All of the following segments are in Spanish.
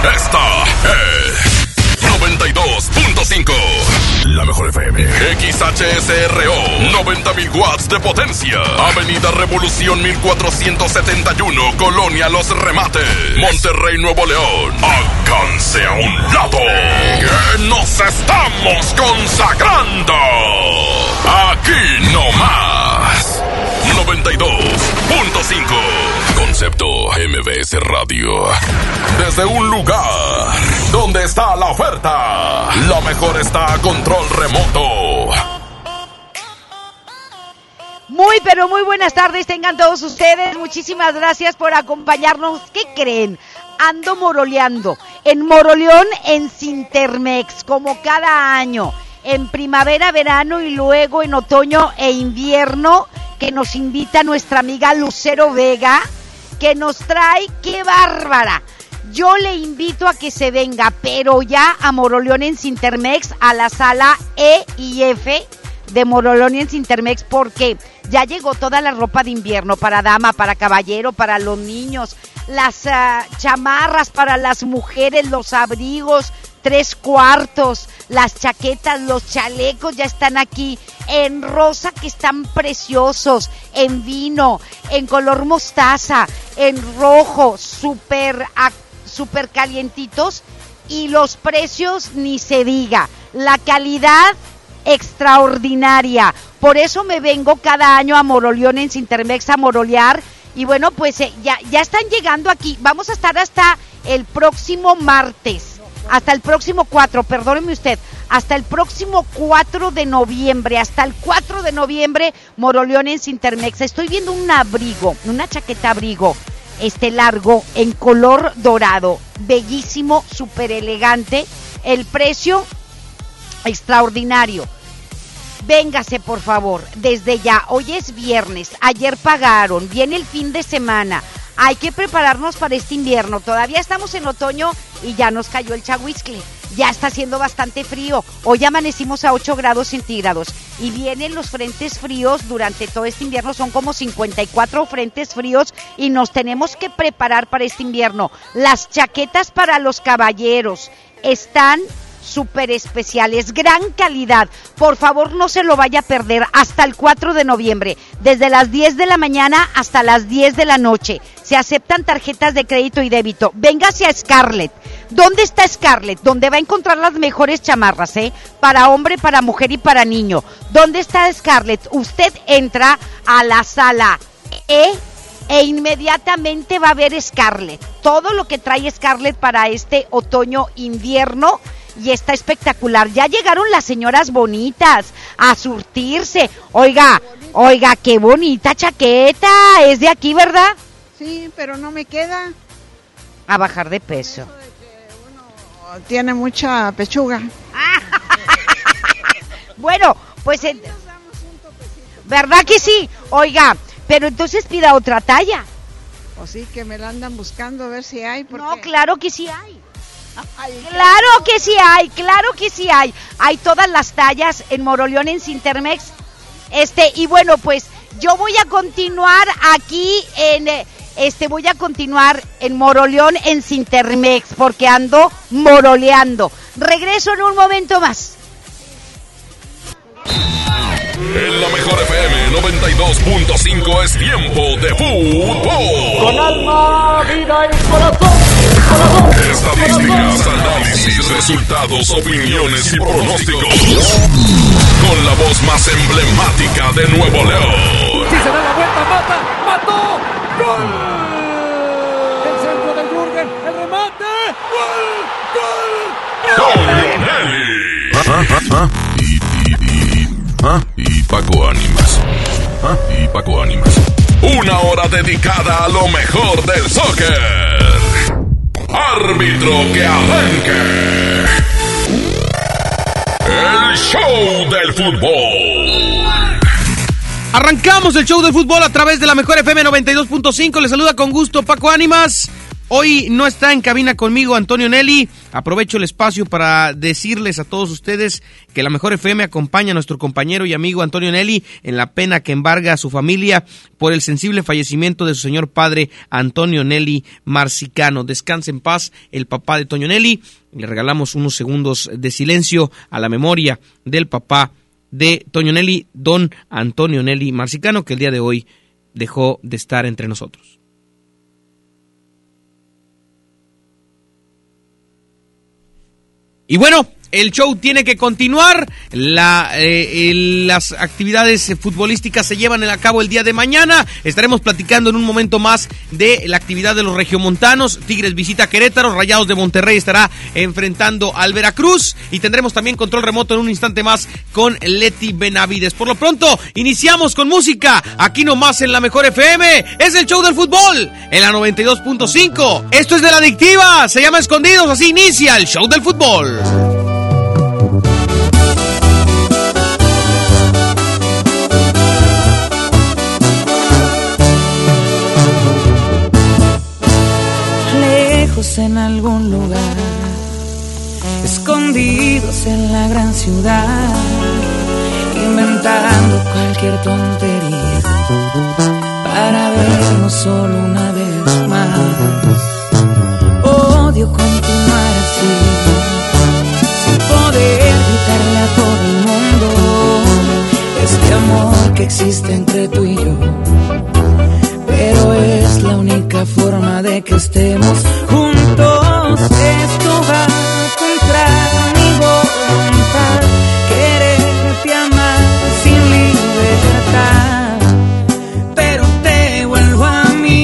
Esta es 92.5. La mejor FM. XHSRO. 90,000 watts de potencia. Avenida Revolución 1471. Colonia Los Remates. Monterrey, Nuevo León. Alcance a un lado. Que nos estamos consagrando. Aquí no más. 92.5. Concepto MBS Radio. Desde un lugar donde está la oferta, la mejor está a control remoto. Muy, pero muy buenas tardes tengan todos ustedes. Muchísimas gracias por acompañarnos. ¿Qué creen? Ando moroleando. En Moroleón, en Cintermex, como cada año. En primavera, verano y luego en otoño e invierno, que nos invita nuestra amiga Lucero Vega, que nos trae, ¡qué bárbara! Yo le invito a que se venga, pero ya a Moroleón en Cintermex, a la sala E y F de Moroleón en Cintermex, porque ya llegó toda la ropa de invierno para dama, para caballero, para los niños, las chamarras para las mujeres, los abrigos 3/4, las chaquetas, los chalecos ya están aquí en rosa, que están preciosos, en vino, en color mostaza, en rojo, súper calientitos, y los precios ni se diga, la calidad extraordinaria. Por eso me vengo cada año a Moroleón en Cintermex a morolear. Y bueno, pues ya están llegando aquí. Vamos a estar hasta el próximo martes, hasta el próximo 4, perdóneme usted, hasta el próximo 4 de noviembre, hasta el 4 de noviembre, Moroleón en Cintermex. Estoy viendo un abrigo, una chaqueta abrigo, largo, en color dorado, bellísimo, súper elegante, el precio extraordinario. Véngase, por favor, desde ya. Hoy es viernes, ayer pagaron, viene el fin de semana. Hay que prepararnos para este invierno. Todavía estamos en otoño y ya nos cayó el chahuizcle. Ya está haciendo bastante frío. Hoy amanecimos a 8 grados centígrados. Y vienen los frentes fríos durante todo este invierno. Son como 54 frentes fríos y nos tenemos que preparar para este invierno. Las chaquetas para los caballeros están súper especiales, gran calidad. Por favor, no se lo vaya a perder hasta el 4 de noviembre, desde las 10 de la mañana hasta las 10 de la noche. Se aceptan tarjetas de crédito y débito. Véngase a Scarlett. ¿Dónde está Scarlett? Donde va a encontrar las mejores chamarras, para hombre, para mujer y para niño. ¿Dónde está Scarlett? Usted entra a la sala e inmediatamente va a ver Scarlett. Todo lo que trae Scarlett para este otoño-invierno. Y está espectacular. Ya llegaron las señoras bonitas a surtirse. Oiga, qué bonita chaqueta. Es de aquí, ¿verdad? Sí, pero no me queda. A bajar de peso. Eso de que uno tiene mucha pechuga. Bueno, pues ¿verdad que sí? Oiga, pero entonces pida otra talla. O sí, que me la andan buscando a ver si hay. Porque... No, claro que sí hay. Claro que sí hay, claro que sí hay. Hay todas las tallas en Moroleón en Cintermex. Y bueno, pues yo voy a continuar aquí voy a continuar en Moroleón en Cintermex porque ando moroleando. Regreso en un momento más. En la mejor FM 92.5 es tiempo de fútbol. Con alma, vida y corazón. Estadísticas, análisis, resultados, opiniones y pronósticos. Con la voz más emblemática de Nuevo León. Si se da la vuelta, mató. ¡Gol! El centro de Jürgen, el remate. ¡Gol! Y Paco Ánimas. Una hora dedicada a lo mejor del soccer. Árbitro que arranque. El show del fútbol. Arrancamos el show del fútbol a través de la mejor FM 92.5. Les saluda con gusto Paco Ánimas. Hoy no está en cabina conmigo Antonio Nelly. Aprovecho el espacio para decirles a todos ustedes que la Mejor FM acompaña a nuestro compañero y amigo Antonio Nelly en la pena que embarga a su familia por el sensible fallecimiento de su señor padre Antonio Nelly Marcicano. Descanse en paz el papá de Toño Nelly. Le regalamos unos segundos de silencio a la memoria del papá de Toño Nelly, don Antonio Nelly Marcicano, que el día de hoy dejó de estar entre nosotros. Y bueno, el show tiene que continuar. Las actividades futbolísticas se llevan a cabo el día de mañana. Estaremos platicando en un momento más de la actividad de los regiomontanos. Tigres visita Querétaro, Rayados de Monterrey estará enfrentando al Veracruz y tendremos también control remoto en un instante más con Leti Benavides. Por lo pronto, iniciamos con música. Aquí nomás en la Mejor FM. Es el show del fútbol en la 92.5. Esto es de la adictiva. Se llama Escondidos. Así inicia el show del fútbol. En algún lugar, escondidos en la gran ciudad, inventando cualquier tontería para vernos solo una vez más. Odio continuar así, sin poder gritarle a todo el mundo este amor que existe entre tú y yo. Pero es la única forma de que estemos juntos. Esto va contra mi voluntad, quererte amar sin libertad. Pero te vuelvo a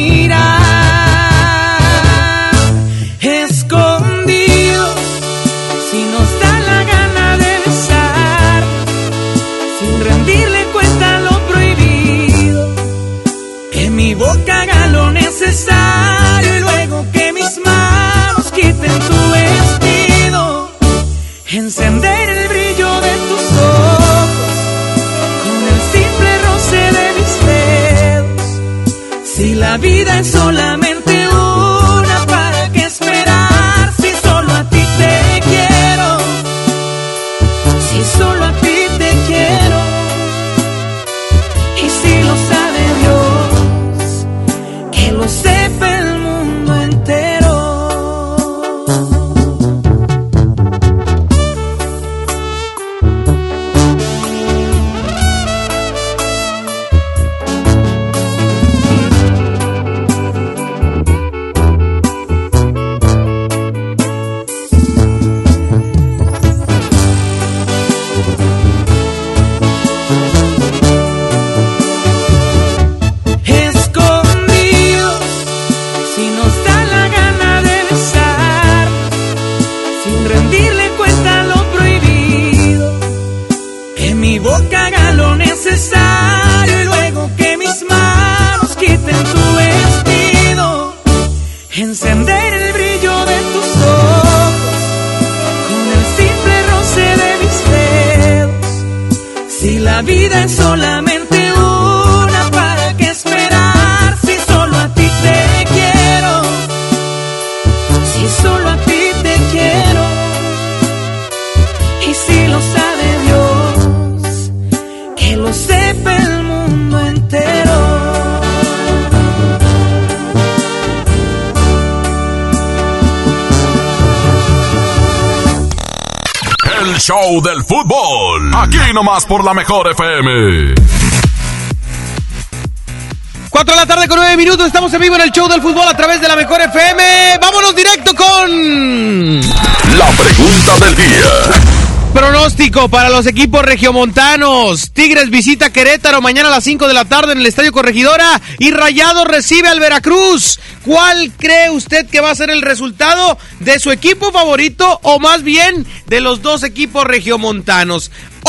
mirar, escondidos, si nos da la gana de besar, sin rendirle cuenta lo prohibido. Que mi boca haga lo necesario y luego que mis manos quiten tu vestido. Encender el brillo de tus ojos con el simple roce de mis dedos. Si la vida es solamente una, ¿para qué esperar? Si solo a ti te quiero, si solo a ti te quiero. Y si lo sabe Dios, que lo sepa el mundo entero. Y luego que mis manos quiten tu vestido. Encender el brillo de tus ojos con el simple roce de mis dedos. Si la vida es solamente una, ¿para qué esperar? Si solo a ti te quiero, si solo a ti te quiero. Y si lo sabe Dios, que lo sepa el mundo entero. El show del fútbol, aquí nomás por la Mejor FM. 4 de la tarde con 9 minutos, estamos en vivo en el show del fútbol a través de la Mejor FM. Vámonos directo con la pregunta del día. Pronóstico para los equipos regiomontanos. Tigres visita Querétaro mañana a las 5 de la tarde en el Estadio Corregidora y Rayados recibe al Veracruz. ¿Cuál cree usted que va a ser el resultado de su equipo favorito o más bien de los dos equipos regiomontanos?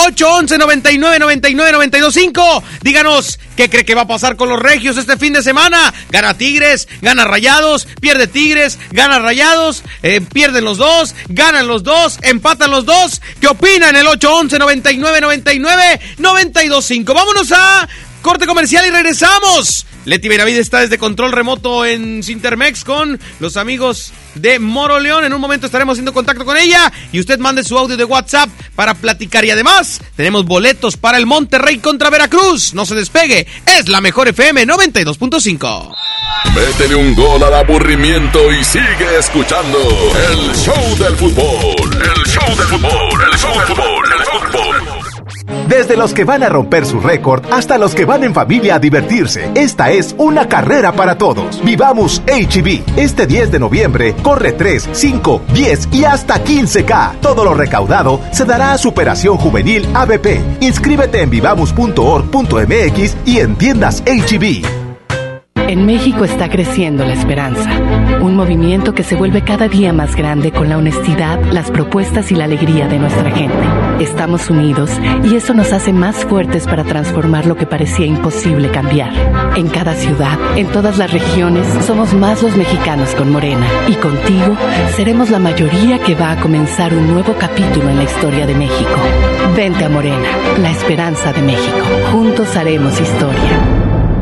811-99-99-925. Díganos, ¿qué cree que va a pasar con los regios este fin de semana? ¿Gana Tigres? ¿Gana Rayados? ¿Pierde Tigres? ¿Gana Rayados? ¿Pierden los dos? ¿Ganan los dos? ¿Empatan los dos? ¿Qué opinan? El 811-99-99-925. Vámonos a corte comercial y regresamos Leti Benavides está desde control remoto en Cintermex con los amigos de Moroleón. En un momento estaremos haciendo contacto con ella y usted mande su audio de WhatsApp para platicar. Y además, tenemos boletos para el Monterrey contra Veracruz. No se despegue, es la mejor FM 92.5. Métele un gol al aburrimiento y sigue escuchando el show del fútbol. El show del fútbol, el show del fútbol, el fútbol. Desde los que van a romper su récord hasta los que van en familia a divertirse, esta es una carrera para todos. Vivamos H-E-B. Este 10 de noviembre corre 3, 5, 10 y hasta 15K. Todo lo recaudado se dará a Superación Juvenil ABP. Inscríbete en vivamos.org.mx y en tiendas H-E-B. En México está creciendo la esperanza, un movimiento que se vuelve cada día más grande con la honestidad, las propuestas y la alegría de nuestra gente. Estamos unidos y eso nos hace más fuertes para transformar lo que parecía imposible cambiar. En cada ciudad, en todas las regiones, somos más los mexicanos con Morena. Y contigo, seremos la mayoría que va a comenzar un nuevo capítulo en la historia de México. Vente a Morena, la esperanza de México. Juntos haremos historia.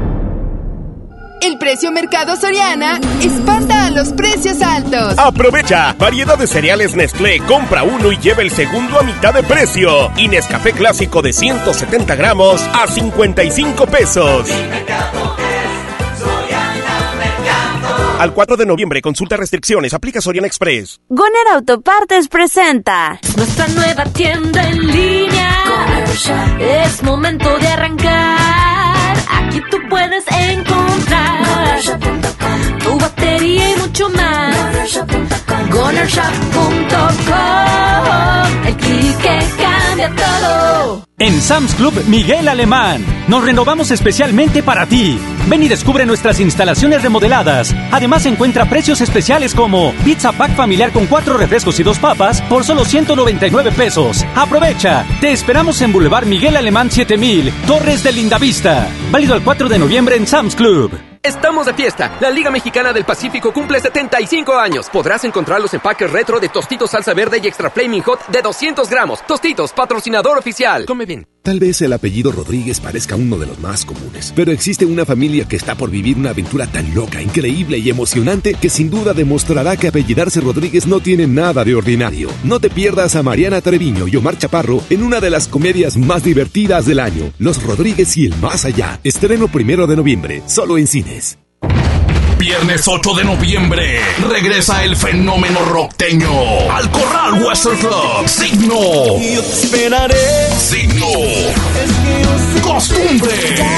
El precio Mercado Soriana espanta a los precios altos. Aprovecha, variedad de cereales Nestlé, compra uno y lleva el segundo a mitad de precio. Y Nescafé clásico de 170 gramos a 55 pesos. Al 4 de noviembre, consulta restricciones, aplica Soriana Express. Goner Autopartes presenta nuestra nueva tienda en línea. Es momento de arrancar. Aquí tú puedes encontrar tu batería y mucho más. GonerShop.com, el clic que cambia todo. En Sam's Club Miguel Alemán, nos renovamos especialmente para ti. Ven y descubre nuestras instalaciones remodeladas. Además encuentra precios especiales como pizza pack familiar con 4 refrescos y 2 papas por solo 199 pesos. ¡Aprovecha! Te esperamos en Boulevard Miguel Alemán 7000, Torres de Lindavista. Válido al 4 de noviembre en Sam's Club. Estamos de fiesta. La Liga Mexicana del Pacífico cumple 75 años. Podrás encontrar los empaques retro de Tostitos Salsa Verde y Extra Flaming Hot de 200 gramos. Tostitos, patrocinador oficial. Come bien. Tal vez el apellido Rodríguez parezca uno de los más comunes, pero existe una familia que está por vivir una aventura tan loca, increíble y emocionante que sin duda demostrará que apellidarse Rodríguez no tiene nada de ordinario. No te pierdas a Mariana Treviño y Omar Chaparro en una de las comedias más divertidas del año, Los Rodríguez y el Más Allá. Estreno 1 de noviembre, solo en cines. Viernes 8 de noviembre, regresa el fenómeno rockteño al Corral Western Club. Signo. Yo te esperaré. Signo. Costumbre.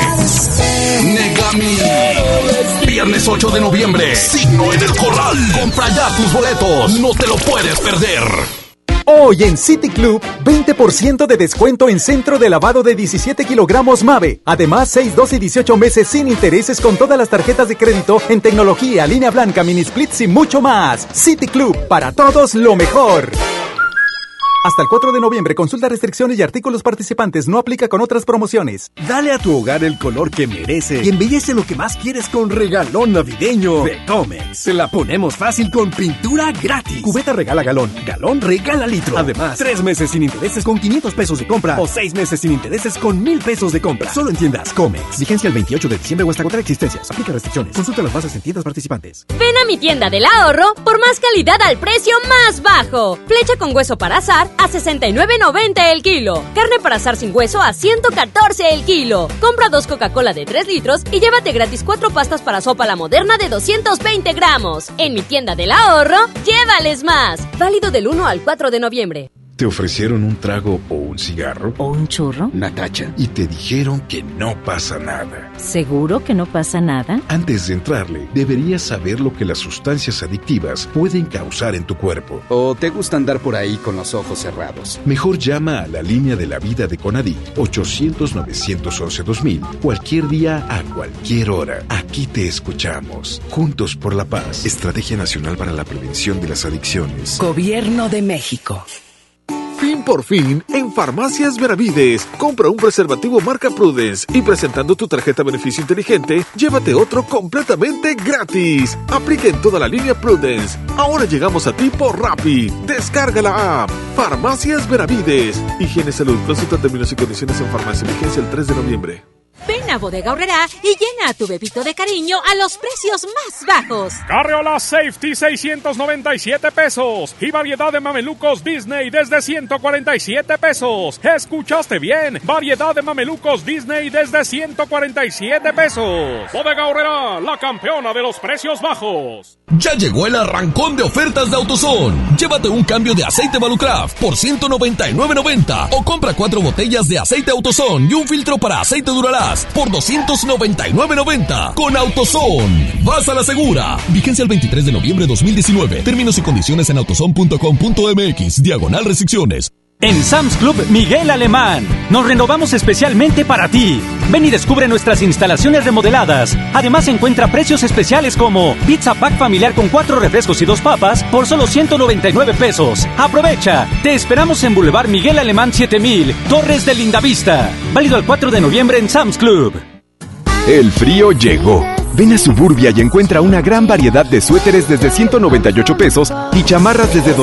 Negami. Viernes 8 de noviembre, Signo en el Corral. Compra ya tus boletos, no te lo puedes perder. Hoy en City Club, 20% de descuento en centro de lavado de 17 kilogramos Mave. Además, 6, 12 y 18 meses sin intereses con todas las tarjetas de crédito en tecnología, línea blanca, mini splits y mucho más. City Club, para todos lo mejor. Hasta el 4 de noviembre, consulta restricciones y artículos participantes, no aplica con otras promociones. Dale a tu hogar el color que merece y embellece lo que más quieres con regalón navideño de Comex. Se la ponemos fácil con pintura gratis. Cubeta regala galón, galón regala litro. Además, 3 meses sin intereses con 500 pesos de compra o 6 meses sin intereses con 1,000 pesos de compra. Solo en tiendas Comex. Vigencia el 28 de diciembre o hasta agotar existencias. Aplica restricciones. Consulta las bases en tiendas participantes. Ven a mi tienda del ahorro por más calidad al precio más bajo. Flecha con hueso para asar a $69.90 el kilo. Carne para asar sin hueso a $114 el kilo. Compra 2 Coca-Cola de 3 litros y llévate gratis 4 pastas para sopa La Moderna de 220 gramos. En mi tienda del ahorro, llévales más. Válido del 1 al 4 de noviembre. ¿Te ofrecieron un trago o un cigarro? ¿O un churro? Natacha. Y te dijeron que no pasa nada. ¿Seguro que no pasa nada? Antes de entrarle, deberías saber lo que las sustancias adictivas pueden causar en tu cuerpo. ¿O te gusta andar por ahí con los ojos cerrados? Mejor llama a la línea de la vida de Conadic, 800-911-2000, cualquier día, a cualquier hora. Aquí te escuchamos. Juntos por la paz. Estrategia Nacional para la Prevención de las Adicciones. Gobierno de México. Fin por fin, en Farmacias Benavides, compra un preservativo marca Prudence y presentando tu tarjeta beneficio inteligente, llévate otro completamente gratis. Aplica en toda la línea Prudence. Ahora llegamos a ti por Rappi. Descarga la app. Farmacias Benavides. Higiene Salud. Consulta términos y condiciones en farmacia. Vigencia el 3 de noviembre. Ven a Bodega Aurrerá y llena tu bebito de cariño a los precios más bajos. Carriola Safety 697 pesos y variedad de mamelucos Disney desde 147 pesos. ¿Escuchaste bien? Variedad de mamelucos Disney desde 147 pesos. Bodega Aurrerá, la campeona de los precios bajos. Ya llegó el arrancón de ofertas de AutoZone. Llévate un cambio de aceite Valucraft por $199.90 o compra 4 botellas de aceite AutoZone y un filtro para aceite Duralast por $299.90 con AutoZone. Vas a la segura. Vigencia el 23 de noviembre de 2019. Términos y condiciones en autozone.com.mx/restricciones. En Sam's Club Miguel Alemán, nos renovamos especialmente para ti. Ven y descubre nuestras instalaciones remodeladas. Además encuentra precios especiales como Pizza Pack familiar con 4 refrescos y 2 papas por solo $199. ¡Aprovecha! Te esperamos en Boulevard Miguel Alemán 7000, Torres de Lindavista. Válido el 4 de noviembre en Sam's Club. El frío llegó. Ven a Suburbia y encuentra una gran variedad de suéteres desde $198 y chamarras desde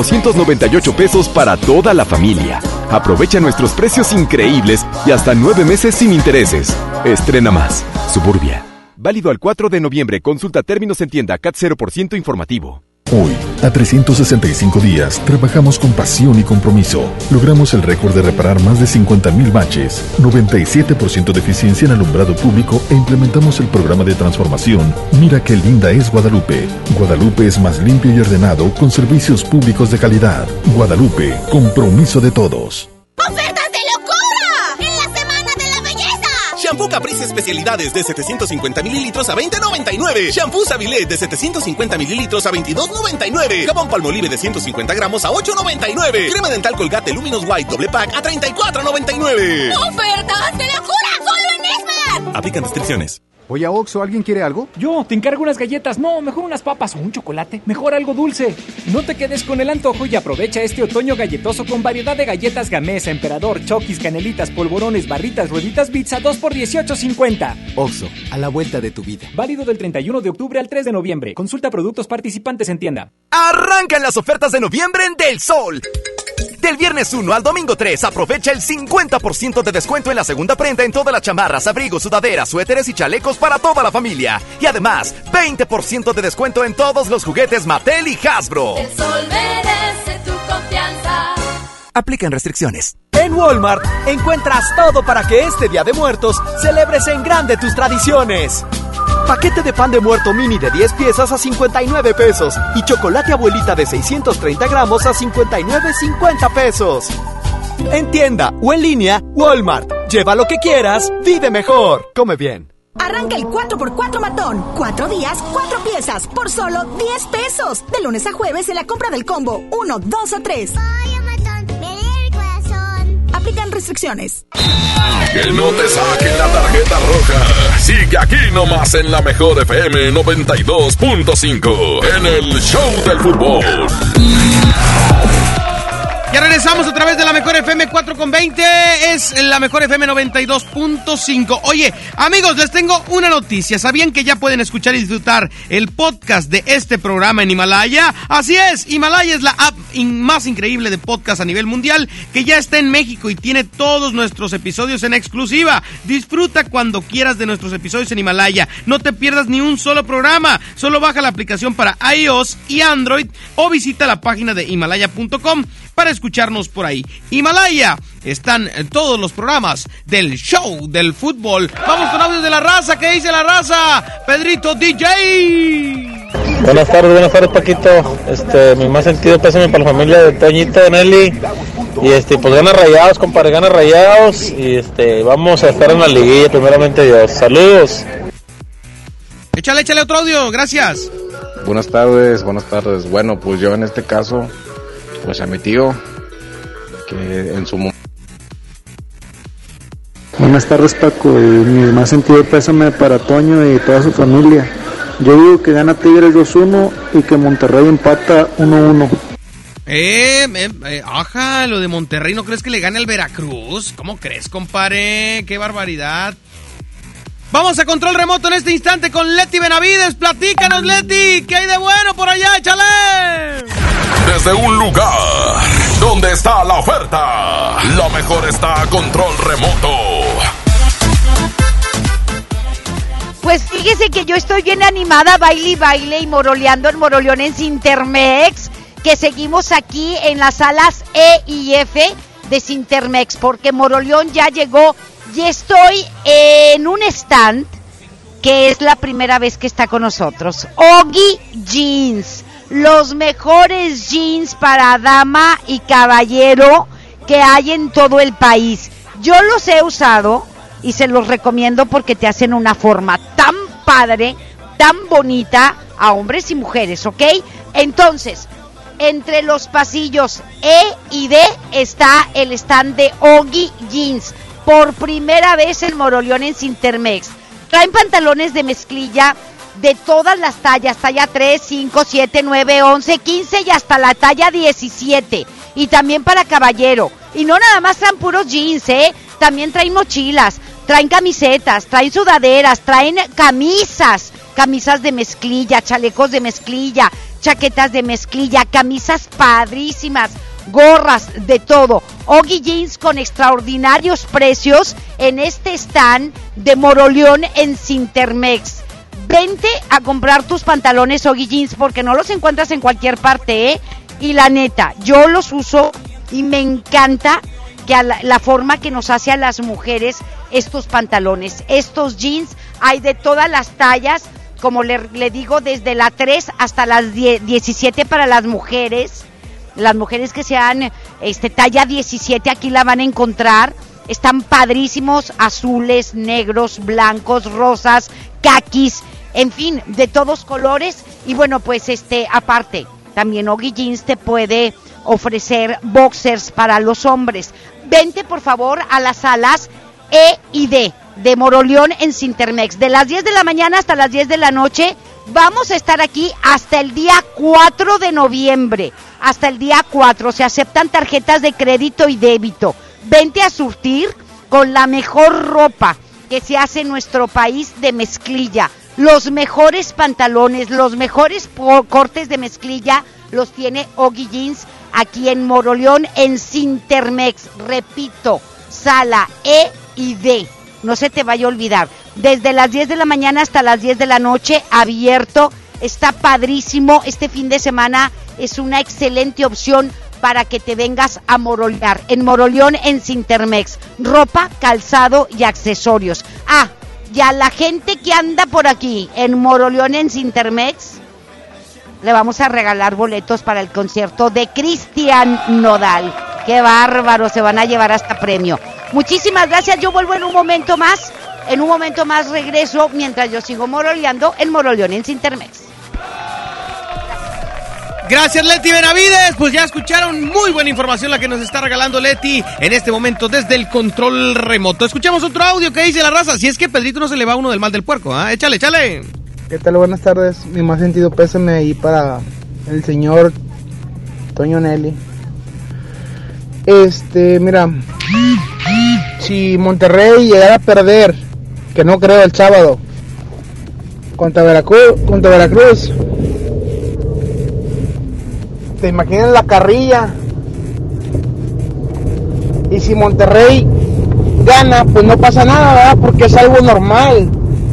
$298 para toda la familia. Aprovecha nuestros precios increíbles y hasta 9 meses sin intereses. Estrena más. Suburbia. Válido al 4 de noviembre. Consulta términos en tienda. CAT 0% informativo. Hoy, a 365 días, trabajamos con pasión y compromiso. Logramos el récord de reparar más de 50,000 baches, 97% de eficiencia en alumbrado público e implementamos el programa de transformación Mira qué linda es Guadalupe. Guadalupe es más limpio y ordenado con servicios públicos de calidad. Guadalupe, compromiso de todos. ¡Ofertas de locura! ¡En la Semana de la Belleza! Shampoo Caprice especialidades de 750 mililitros a $20.99. Shampoo Savilé de 750 mililitros a $22.99. Jabón Palmolive de 150 gramos a $8.99. Crema dental Colgate Luminous White doble pack a $34.99. ¡Ofertas de locura! ¡Solo en Esmar! Aplican restricciones. Oye, Oxxo, ¿alguien quiere algo? Yo, te encargo unas galletas. No, mejor unas papas o un chocolate. Mejor algo dulce. No te quedes con el antojo y aprovecha este otoño galletoso con variedad de galletas Gamesa, Emperador, Chokis, Canelitas, Polvorones, Barritas, Rueditas, Bits a 2 por $18.50. Oxxo, a la vuelta de tu vida. Válido del 31 de octubre al 3 de noviembre. Consulta productos participantes en tienda. Arrancan las ofertas de noviembre en Del Sol. Del viernes 1 al domingo 3, aprovecha el 50% de descuento en la segunda prenda en todas las chamarras, abrigos, sudaderas, suéteres y chalecos para toda la familia. Y además, 20% de descuento en todos los juguetes Mattel y Hasbro. El Sol merece tu confianza. Aplican restricciones. En Walmart encuentras todo para que este Día de Muertos celebres en grande tus tradiciones. Paquete de pan de muerto mini de 10 piezas a $59 y chocolate abuelita de 630 gramos a $59.50. En tienda o en línea, Walmart. Lleva lo que quieras, vive mejor. Come bien. Arranca el 4x4 matón. 4 días, 4 piezas, por solo $10. De lunes a jueves en la compra del combo 1, 2 o 3. Aplican restricciones. Que no te saquen la tarjeta roja. Sigue aquí nomás en la mejor FM 92.5 en el Show del Fútbol. Ya regresamos a través de la mejor FM 4.20. Es la mejor FM 92.5. Oye, amigos, les tengo una noticia. ¿Sabían que ya pueden escuchar y disfrutar el podcast de este programa en Himalaya? Así es, Himalaya es la app más increíble de podcast a nivel mundial que ya está en México y tiene todos nuestros episodios en exclusiva. Disfruta cuando quieras de nuestros episodios en Himalaya. No te pierdas ni un solo programa. Solo baja la aplicación para iOS y Android o visita la página de Himalaya.com para escucharnos por ahí. Himalaya, están todos los programas del Show del Fútbol. Vamos con audios de la raza. ¿Qué dice la raza? Pedrito DJ. Buenas tardes Paquito. Mi más sentido pésame para la familia de Toñito, de Nelly. Y pues gana Rayados, compadre, gana Rayados. Y vamos a estar en la liguilla, primeramente Dios. Saludos. Échale otro audio, gracias. Buenas tardes. Bueno, pues yo en este caso, pues a mi tío, que en su momento. Buenas tardes, Paco, y mi más sentido pésame para Toño y toda su familia. Yo digo que gana Tigres 2-1 y que Monterrey empata 1-1. Ajá, lo de Monterrey, ¿no crees que le gane al Veracruz? ¿Cómo crees, compadre? ¡Qué barbaridad! Vamos a control remoto en este instante con Leti Benavides. Platícanos, Leti, ¿qué hay de bueno por allá? ¡Échale! Desde un lugar donde está la oferta, lo mejor está a control remoto. Pues fíjese que yo estoy bien animada, baile y moroleando en Moroleón en Cintermex, que seguimos aquí en las salas E y F de Cintermex, porque Moroleón ya llegó y estoy en un stand que es la primera vez que está con nosotros. Oggy Jeans, los mejores jeans para dama y caballero que hay en todo el país. Yo los he usado y se los recomiendo porque te hacen una forma tan padre, tan bonita a hombres y mujeres, ¿ok? Entonces, entre los pasillos E y D está el stand de Oggy Jeans, por primera vez en Moroleón en Cintermex. Traen pantalones de mezclilla de todas las tallas, talla 3, 5, 7, 9, 11, 15 y hasta la talla 17. Y también para caballero. Y no nada más traen puros jeans, también traen mochilas, traen camisetas, traen sudaderas, traen camisas de mezclilla, chalecos de mezclilla, chaquetas de mezclilla, camisas padrísimas, gorras, de todo. Oggy Jeans con extraordinarios precios en este stand de Moroleón en Cintermex. Vente a comprar tus pantalones Oggy Jeans porque no los encuentras en cualquier parte, Y la neta, yo los uso y me encanta que la forma que nos hace a las mujeres estos pantalones, estos jeans, hay de todas las tallas, como le digo, desde la 3 hasta las 17 para las mujeres que sean talla 17, aquí la van a encontrar. Están padrísimos, azules, negros, blancos, rosas, caquis, en fin, de todos colores. Y bueno, pues aparte, también Oggy Jeans te puede ofrecer boxers para los hombres. Vente por favor a las salas E y D de Moroleón en Cintermex, de las 10 de la mañana hasta las 10 de la noche. Vamos a estar aquí hasta el día 4 de noviembre, hasta el día 4, se aceptan tarjetas de crédito y débito. Vente a surtir con la mejor ropa que se hace en nuestro país de mezclilla. Los mejores pantalones, los mejores cortes de mezclilla los tiene Oggy Jeans aquí en Moroleón en Cintermex. Repito, sala E y D. No se te vaya a olvidar. Desde las 10 de la mañana hasta las 10 de la noche, abierto. Está padrísimo. Este fin de semana es una excelente opción para que te vengas a morolear. En Moroleón en Cintermex. Ropa, calzado y accesorios. Y a la gente que anda por aquí en Moroleón en Cintermex, le vamos a regalar boletos para el concierto de Cristian Nodal. ¡Qué bárbaro! Se van a llevar hasta premio. Muchísimas gracias. Yo vuelvo en un momento más. En un momento más regreso mientras yo sigo moroleando en Moroleón en Cintermex. Gracias, Leti Benavides. Pues ya escucharon, muy buena información la que nos está regalando Leti en este momento desde el control remoto. Escuchamos otro audio que dice la raza. Si es que Pedrito no se le va uno del mal del puerco, ¿eh? Échale. ¿Qué tal? Buenas tardes. Mi más sentido pésame ahí para el señor Toño Nelly. Mira, si Monterrey llegara a perder, que no creo, el sábado contra Veracruz, ¿te imaginas la carrilla? Y si Monterrey gana, pues no pasa nada, ¿verdad? Porque es algo normal.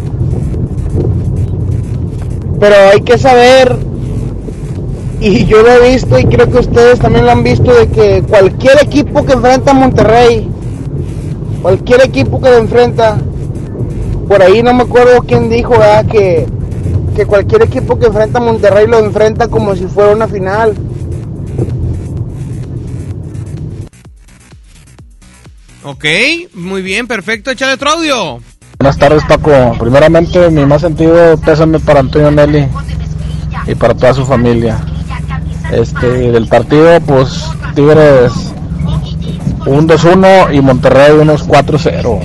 Pero hay que saber, y yo lo he visto y creo que ustedes también lo han visto, de que cualquier equipo que enfrenta a Monterrey, cualquier equipo que lo enfrenta, por ahí no me acuerdo quién dijo, ¿verdad? Que cualquier equipo que enfrenta a Monterrey lo enfrenta como si fuera una final. Ok, muy bien, perfecto. Échale otro audio. Buenas tardes, Paco. Primeramente, mi más sentido pésame para Antonio Nelly y para toda su familia. Del partido, pues Tigres un 2-1 y Monterrey unos 4-0.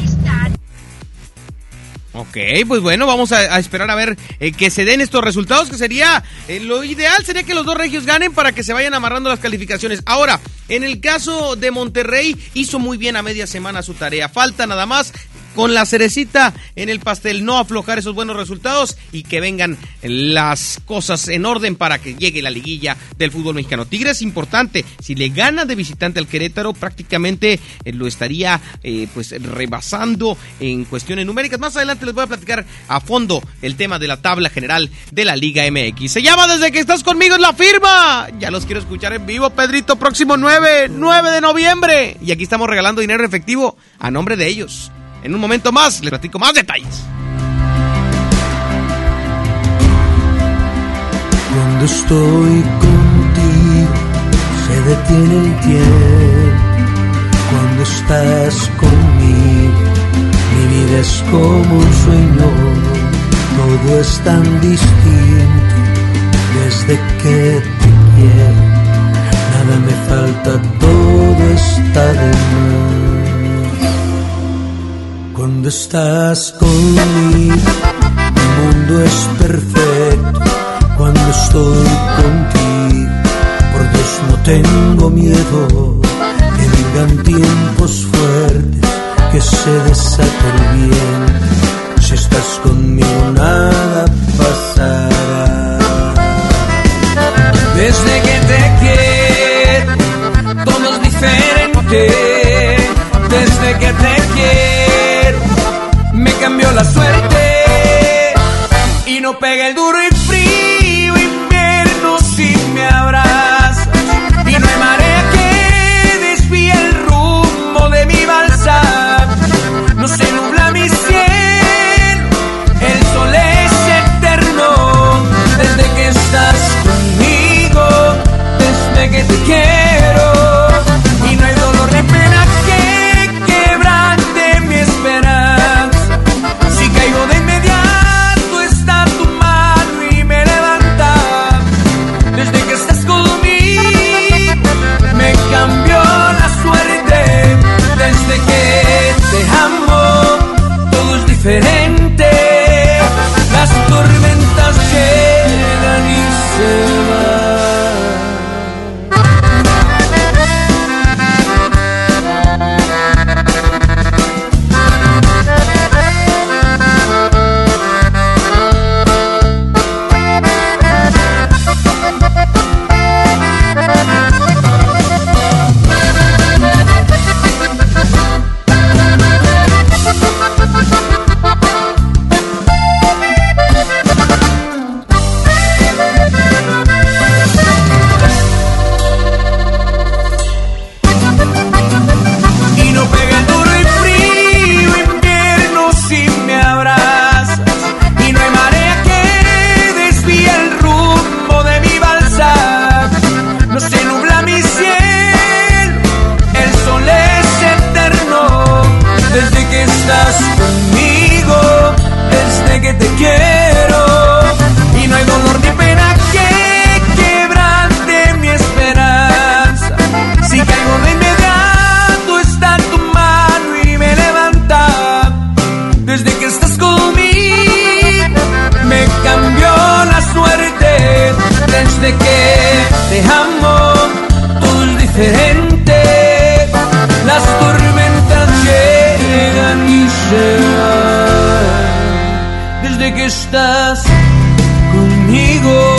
Ok, pues bueno, vamos a esperar a ver que se den estos resultados, que sería, lo ideal sería que los dos regios ganen para que se vayan amarrando las calificaciones. Ahora, en el caso de Monterrey, hizo muy bien a media semana su tarea. Falta nada más con la cerecita en el pastel, no aflojar esos buenos resultados y que vengan las cosas en orden para que llegue la liguilla del fútbol mexicano. Tigres, importante, si le gana de visitante al Querétaro, prácticamente lo estaría pues rebasando en cuestiones numéricas. Más adelante les voy a platicar a fondo el tema de la tabla general de la Liga MX. Se llama Desde que estás conmigo, es la firma. Ya los quiero escuchar en vivo, Pedrito, próximo 9 de noviembre. Y aquí estamos regalando dinero efectivo a nombre de ellos. En un momento más les platico más detalles. Cuando estoy contigo se detiene el tiempo. Cuando estás conmigo mi vida es como un sueño. Todo es tan distinto desde que te quiero. Nada me falta, todo está de más. Cuando estás conmigo el mundo es perfecto. Cuando estoy contigo, por Dios no tengo miedo. Que vengan tiempos fuertes, que se desate el bien. Si estás conmigo nada pasará. Desde que te quiero, todo es diferente. Desde que te quiero, me cambió la suerte. Y no pega el duro y frío invierno si me abrazas. Y no hay marea que desvíe el rumbo de mi balsa. No se nubla mi cielo, el sol es eterno. Desde que estás conmigo, desde que te quiero. Y no hay dolor ni pena que quebrante mi esperanza. Si caigo de inmediato está tu mano y me levanta. Desde que estás conmigo me cambió la suerte. Desde que te amo todo es diferente. Las tormentas llegan y se van. Estás conmigo desde que te quiero. Y no hay dolor ni pena que quebrante mi esperanza. Si caigo de inmediato está tu mano y me levanta. Desde que estás conmigo me cambió la suerte. Desde que te amo todo es diferente. Las tormentas llegan y se van. Desde que estás conmigo.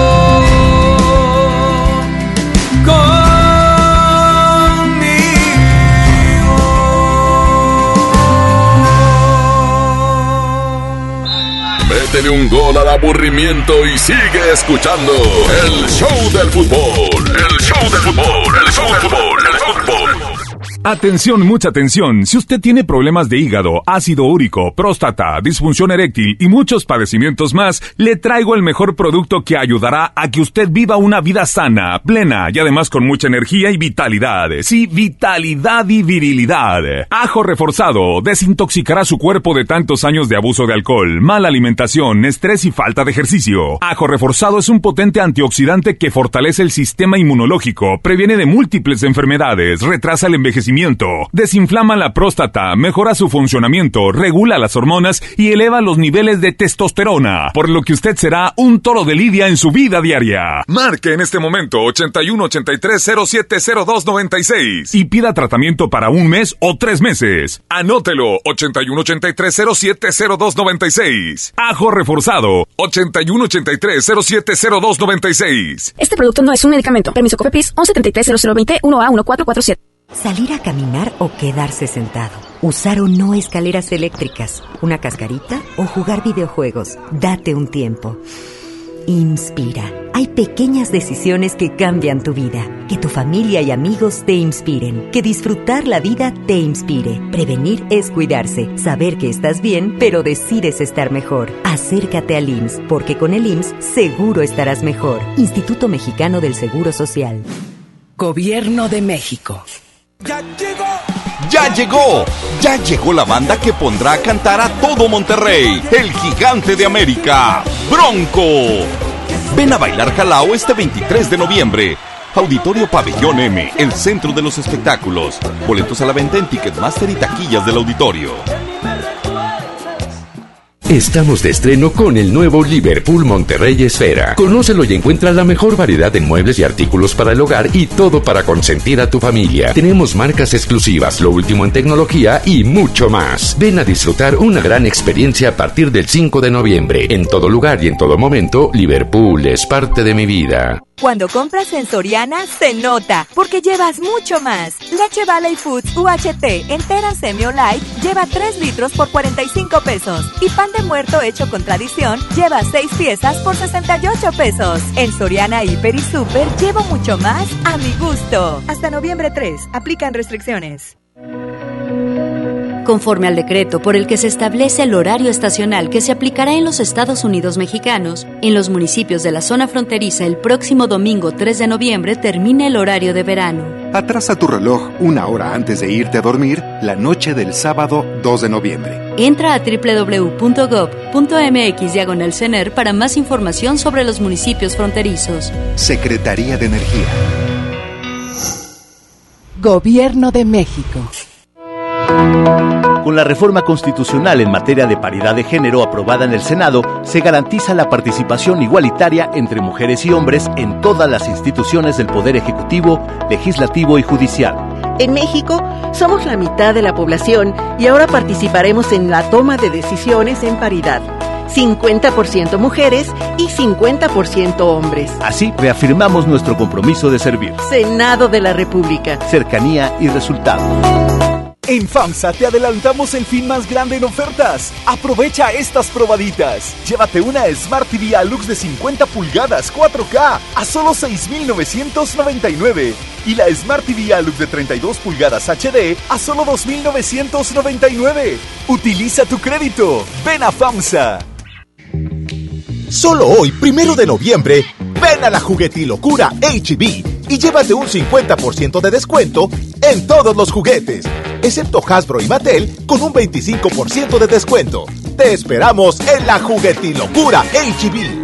Métele un gol al aburrimiento y sigue escuchando el show del fútbol. El show del fútbol. El show del fútbol. El show del fútbol. Atención, mucha atención. Si usted tiene problemas de hígado, ácido úrico, próstata, disfunción eréctil y muchos padecimientos más, le traigo el mejor producto que ayudará a que usted viva una vida sana, plena y además con mucha energía y vitalidad. Sí, vitalidad y virilidad. Ajo reforzado desintoxicará su cuerpo de tantos años de abuso de alcohol, mala alimentación, estrés y falta de ejercicio. Ajo reforzado es un potente antioxidante que fortalece el sistema inmunológico, previene de múltiples enfermedades, retrasa el envejecimiento crecimiento, desinflama la próstata, mejora su funcionamiento, regula las hormonas y eleva los niveles de testosterona, por lo que usted será un toro de lidia en su vida diaria. Marque en este momento 8183070296 y pida tratamiento para 1 mes o 3 meses. Anótelo, 8183070296. Ajo reforzado, 8183070296. Este producto no es un medicamento. Permiso COFEPRIS 11330020 1A1447. Salir a caminar o quedarse sentado. Usar o no escaleras eléctricas. Una cascarita o jugar videojuegos. Date un tiempo. Inspira. Hay pequeñas decisiones que cambian tu vida. Que tu familia y amigos te inspiren. Que disfrutar la vida te inspire. Prevenir es cuidarse. Saber que estás bien, pero decides estar mejor. Acércate al IMSS, porque con el IMSS seguro estarás mejor. Instituto Mexicano del Seguro Social. Gobierno de México. ¡Ya llegó! ¡Ya llegó! ¡Ya llegó la banda que pondrá a cantar a todo Monterrey! ¡El Gigante de América! ¡Bronco! Ven a bailar Jalao este 23 de noviembre. Auditorio Pabellón M, el centro de los espectáculos. Boletos a la venta en Ticketmaster y taquillas del auditorio. Estamos de estreno con el nuevo Liverpool Monterrey Esfera. Conócelo y encuentra la mejor variedad de muebles y artículos para el hogar y todo para consentir a tu familia. Tenemos marcas exclusivas, lo último en tecnología y mucho más. Ven a disfrutar una gran experiencia a partir del 5 de noviembre. En todo lugar y en todo momento, Liverpool es parte de mi vida. Cuando compras en Soriana, se nota, porque llevas mucho más. Leche Valley Foods UHT entera semi o light lleva 3 litros por 45 pesos. Y pan de muerto hecho con tradición lleva 6 piezas por 68 pesos. En Soriana, Hiper y Super llevo mucho más a mi gusto. Hasta noviembre 3, aplican restricciones. Conforme al decreto por el que se establece el horario estacional que se aplicará en los Estados Unidos mexicanos, en los municipios de la zona fronteriza el próximo domingo 3 de noviembre termina el horario de verano. Atrasa tu reloj 1 hora antes de irte a dormir la noche del sábado 2 de noviembre. Entra a www.gov.mx/CENER para más información sobre los municipios fronterizos. Secretaría de Energía. Gobierno de México. Con la reforma constitucional en materia de paridad de género aprobada en el Senado, se garantiza la participación igualitaria entre mujeres y hombres en todas las instituciones del Poder Ejecutivo, Legislativo y Judicial. En México, somos la mitad de la población y ahora participaremos en la toma de decisiones en paridad. 50% mujeres y 50% hombres. Así reafirmamos nuestro compromiso de servir. Senado de la República. Cercanía y resultados. En FAMSA te adelantamos el fin más grande en ofertas. Aprovecha estas probaditas. Llévate una Smart TV Alux de 50 pulgadas 4K a solo $6,999 y la Smart TV Alux de 32 pulgadas HD a solo $2,999. Utiliza tu crédito. Ven a FAMSA. Solo hoy, 1 de noviembre, ven a la Juguetilocura H-E-B y llévate un 50% de descuento en todos los juguetes, excepto Hasbro y Mattel con un 25% de descuento. Te esperamos en la Juguetilocura H-E-B.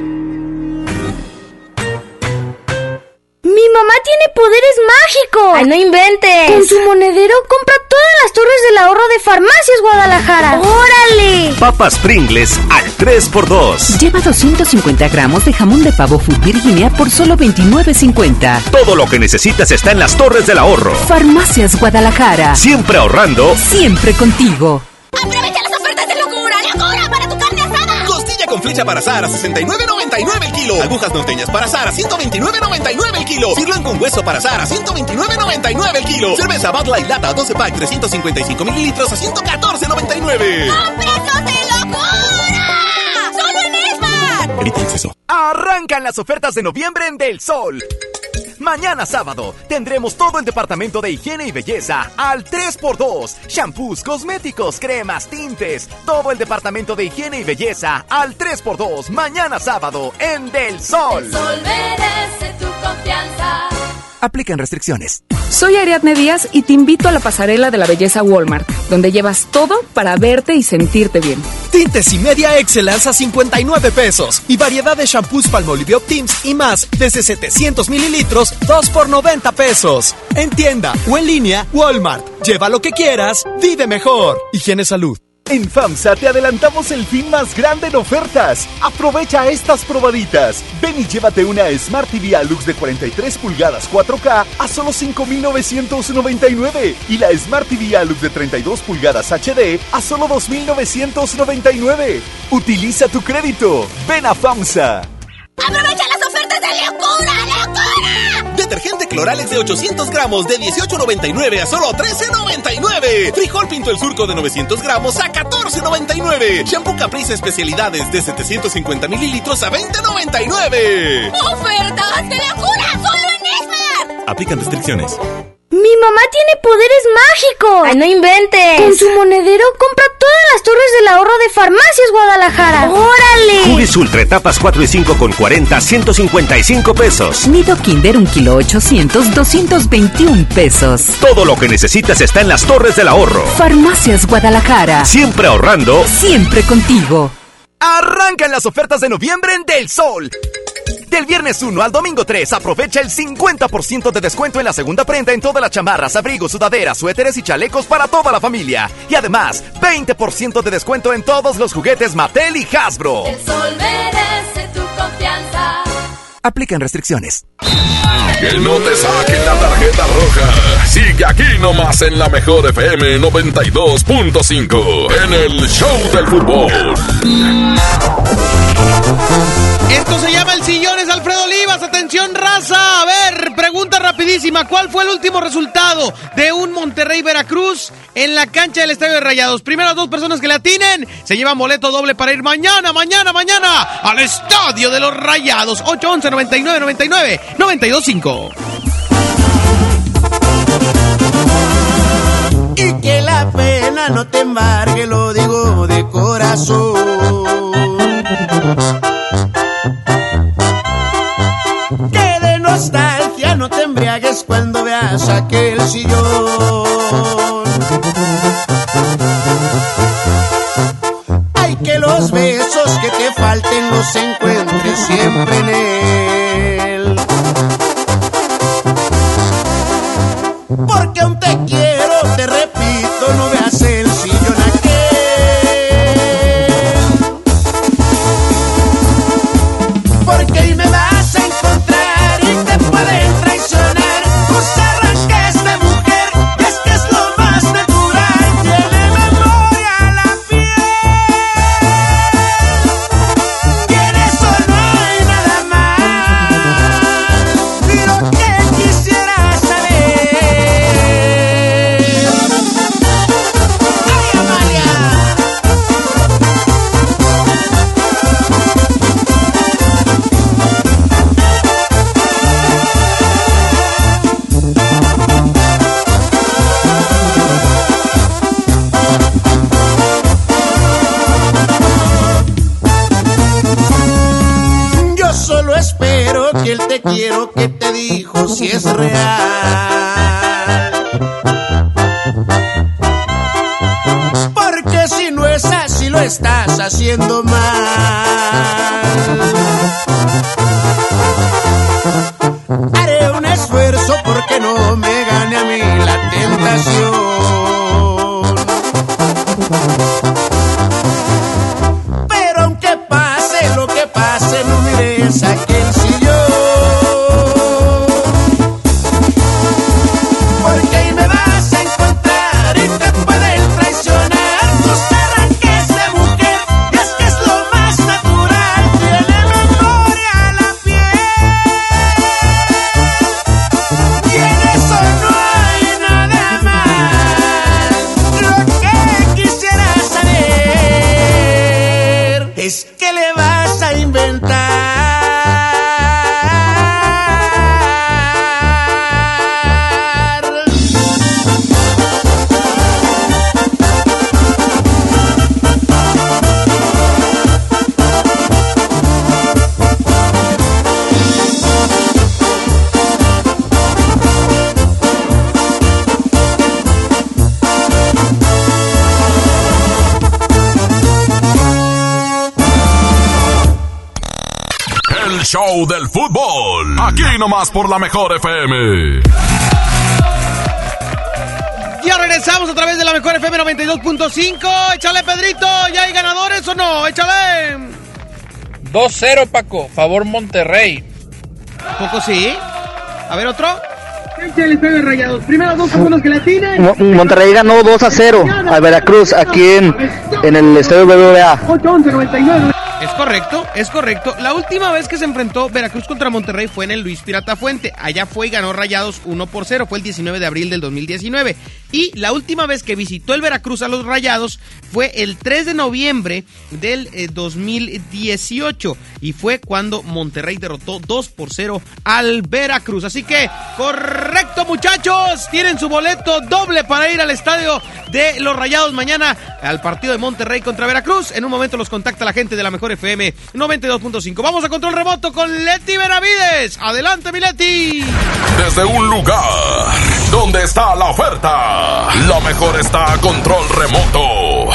¡Mi mamá tiene poderes mágicos! ¡Ay, no inventes! Con su monedero compra todas las torres del ahorro de Farmacias Guadalajara. ¡Órale! Papas Pringles al 3x2. Lleva 250 gramos de jamón de pavo Food Virginia por solo $29.50. Todo lo que necesitas está en las torres del ahorro. Farmacias Guadalajara. Siempre ahorrando. Siempre contigo. ¡Aprovecha las ofertas de locura! ¡Locura para tu carne asada! Costilla con flecha para asar a $69.99 el kilo. Agujas norteñas para asar a $129.99 el kilo. Sirloin con hueso para asar a $129.99 el kilo. Cerveza Bud Light Lata 12 pack 355 mililitros a $114.99. ¡A precios de locura! ¡Solo en Esmar! Evita exceso. Arrancan las ofertas de noviembre en Del Sol. Mañana sábado tendremos todo el departamento de higiene y belleza al 3x2. Shampoos, cosméticos, cremas, tintes. Todo el departamento de higiene y belleza al 3x2. Mañana sábado en Del Sol. El Sol merece tu confianza. Aplican restricciones. Soy Ariadne Díaz y te invito a la pasarela de la belleza Walmart, donde llevas todo para verte y sentirte bien. Tintes y media Excellence a 59 pesos. Y variedad de shampoos Palmolive Optims y más, desde 700 mililitros, 2 por 90 pesos. En tienda o en línea, Walmart. Lleva lo que quieras, vive mejor. Higiene Salud. En FAMSA te adelantamos el fin más grande en ofertas. Aprovecha estas probaditas. Ven y llévate una Smart TV Alux de 43 pulgadas 4K a solo 5,999 y la Smart TV Alux de 32 pulgadas HD a solo 2,999. Utiliza tu crédito. Ven a FAMSA. ¡Aprovecha las ofertas de locura! Detergente Cloralex de 800 gramos de $18.99 a solo $13.99. Frijol Pinto el Surco de 900 gramos a $14.99. Shampoo Caprice Especialidades de 750 mililitros a $20.99. ¡Ofertas de locura! ¡Solo en Esmar! Aplican restricciones. ¡Mi mamá tiene poderes mágicos! ¡Ay, no inventes! Con su monedero compra todas las torres del ahorro de Farmacias Guadalajara. ¡Órale! Juguis Ultra etapas 4 y 5 con 40, 155 pesos. Nido Kinder 1 kilo 800, 221 pesos. Todo lo que necesitas está en las torres del ahorro. Farmacias Guadalajara. Siempre ahorrando. Siempre contigo. Arrancan las ofertas de noviembre en Del Sol. Del viernes 1 al domingo 3, aprovecha el 50% de descuento en la segunda prenda en todas las chamarras, abrigos, sudaderas, suéteres y chalecos para toda la familia. Y además, 20% de descuento en todos los juguetes Mattel y Hasbro. El Sol merece tu confianza. Aplican restricciones. Que no te saquen la tarjeta roja. Sigue aquí nomás en la mejor FM 92.5 en el Show del Fútbol. Esto se llama El Sillones, Alfredo Olivas. Atención, raza. A ver, pregunta rapidísima. ¿Cuál fue el último resultado de un Monterrey-Veracruz en la cancha del Estadio de Rayados? Primeras dos personas que le atinen se llevan boleto doble para ir mañana al Estadio de los Rayados. 811-9999-925. Y que la pena no te embargue, lo digo de corazón. Que de nostalgia no te embriagues cuando veas aquel sillón. Ay, que los besos que te falten los encuentres siempre en él. Porque aún te quiero, te repito, no veas el sillón aquel. Porque ahí me vas a encontrar y te pueden traicionar tus arranques de mujer. Es que es lo más natural, tiene memoria a la piel. Y en eso no hay nada más. Y lo que quisiera saber. ¡Ay, Amalia! Yo solo espero que el te quiero que te dijo si es real. Porque si no es así lo estás haciendo mal. Haré un esfuerzo porque no me gane a mí la tentación. Pero aunque pase lo que pase, no mires aquel sillón. Porque ahí me vas a encontrar y te pueden traicionar tus arranques de mujer. Y es que es lo más natural. show del fútbol. Aquí nomás por la Mejor FM. Ya regresamos a través de la Mejor FM 92.5. Échale, Pedrito. ¿Ya hay ganadores o no? Échale. 2-0, Paco. Favor Monterrey. ¿Poco sí? A ver, otro. El Estadio Rayados. Primero dos segundos que la tienen. Monterrey ganó 2-0 a Veracruz aquí en el Estadio BBVA. 8-11-99. Es correcto. La última vez que se enfrentó Veracruz contra Monterrey fue en el Luis Pirata Fuente. Allá fue y ganó Rayados 1-0. Fue el 19 de abril del 2019. Y la última vez que visitó el Veracruz a los Rayados fue el 3 de noviembre del 2018. Y fue cuando Monterrey derrotó 2-0 al Veracruz. Así que, correcto, muchachos. Tienen su boleto doble para ir al estadio de los Rayados mañana al partido de Monterrey contra Veracruz. En un momento los contacta la gente de la Mejor FM 92.5. Vamos a control remoto con Leti Benavides. Adelante, mi Leti. Desde un lugar donde está la oferta, lo mejor está a control remoto.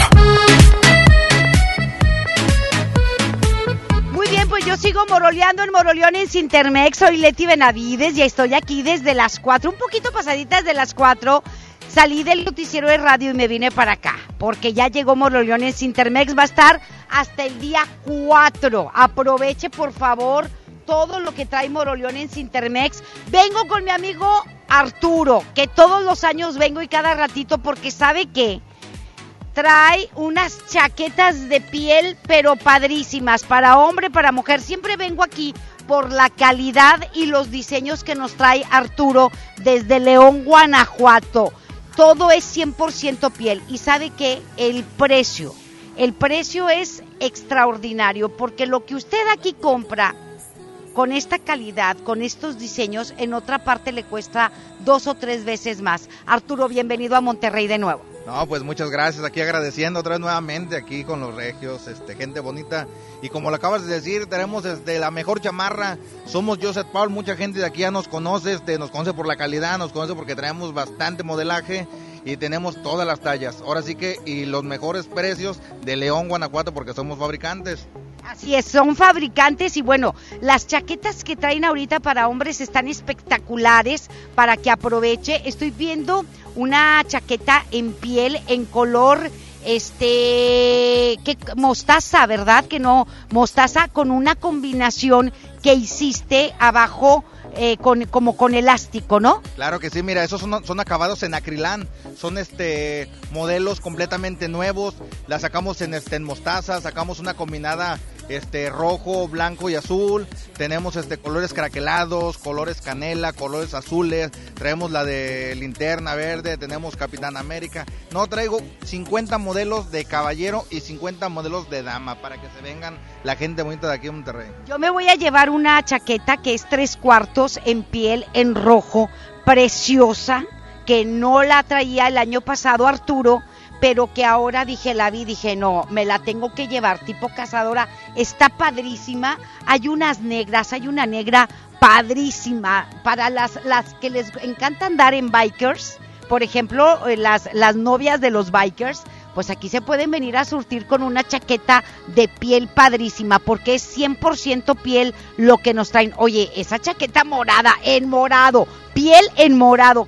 Muy bien, pues yo sigo moroleando en Moroleón en Cintermex. Soy Leti Benavides y estoy aquí desde las 4, un poquito pasaditas de las 4. Salí del noticiero de radio y me vine para acá, porque ya llegó Moroleón en Cintermex. Va a estar hasta el día 4. Aproveche, por favor, todo lo que trae Moroleón en Cintermex. Vengo con mi amigo Arturo, que todos los años vengo y cada ratito, porque sabe que trae unas chaquetas de piel, pero padrísimas, para hombre, para mujer. Siempre vengo aquí por la calidad y los diseños que nos trae Arturo desde León, Guanajuato. Todo es 100% piel. Y sabe que el precio es extraordinario, porque lo que usted aquí compra con esta calidad, con estos diseños, en otra parte le cuesta 2 o 3 veces más. Arturo, bienvenido a Monterrey de nuevo. No, pues muchas gracias, aquí agradeciendo otra vez nuevamente aquí con los regios, gente bonita, y como lo acabas de decir, tenemos la mejor chamarra, somos Joseph Paul, mucha gente de aquí ya nos conoce, nos conoce por la calidad, nos conoce porque traemos bastante modelaje y tenemos todas las tallas, ahora sí que, y los mejores precios de León, Guanajuato, porque somos fabricantes. Así es, son fabricantes y bueno, las chaquetas que traen ahorita para hombres están espectaculares para que aproveche. Estoy viendo una chaqueta en piel, en color, mostaza, ¿verdad? Que no, mostaza con una combinación que hiciste abajo, como con elástico, ¿no? Claro que sí, mira, esos son acabados en acrilán, son modelos completamente nuevos, la sacamos en mostaza, sacamos una combinada rojo, blanco y azul, tenemos colores craquelados, colores canela, colores azules, traemos la de linterna verde, tenemos Capitán América. No, traigo 50 modelos de caballero y 50 modelos de dama para que se vengan la gente bonita de aquí en Monterrey. Yo me voy a llevar una chaqueta que es 3/4 en piel, en rojo, preciosa, que no la traía el año pasado Arturo, pero que ahora dije, no, me la tengo que llevar, tipo cazadora, está padrísima. Hay unas negras, hay una negra padrísima para las que les encanta andar en bikers, por ejemplo, las novias de los bikers, pues aquí se pueden venir a surtir con una chaqueta de piel padrísima, porque es 100% piel lo que nos traen. Oye, esa chaqueta morada, en morado, piel en morado,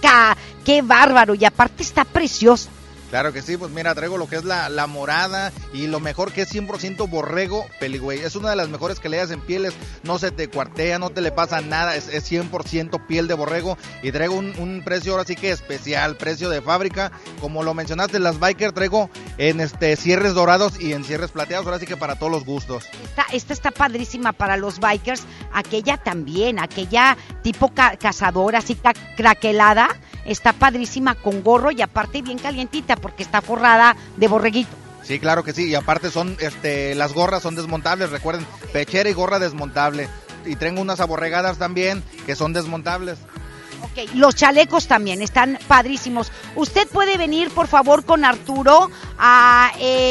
qué bárbaro, y aparte está preciosa. Claro que sí, pues mira, traigo lo que es la morada y lo mejor que es 100% borrego peligüey. Es una de las mejores que le das en pieles, no se te cuartea, no te le pasa nada, es 100% piel de borrego y traigo un precio ahora sí que especial, precio de fábrica. Como lo mencionaste, las biker traigo en cierres dorados y en cierres plateados, ahora sí que para todos los gustos. Esta está padrísima para los bikers, aquella también, aquella tipo cazadora, así craquelada. Está padrísima con gorro y aparte bien calientita porque está forrada de borreguito. Sí, claro que sí, y aparte son, las gorras son desmontables, recuerden, pechera y gorra desmontable. Y tengo unas aborregadas también que son desmontables. Ok, los chalecos también están padrísimos. Usted puede venir, por favor, con Arturo a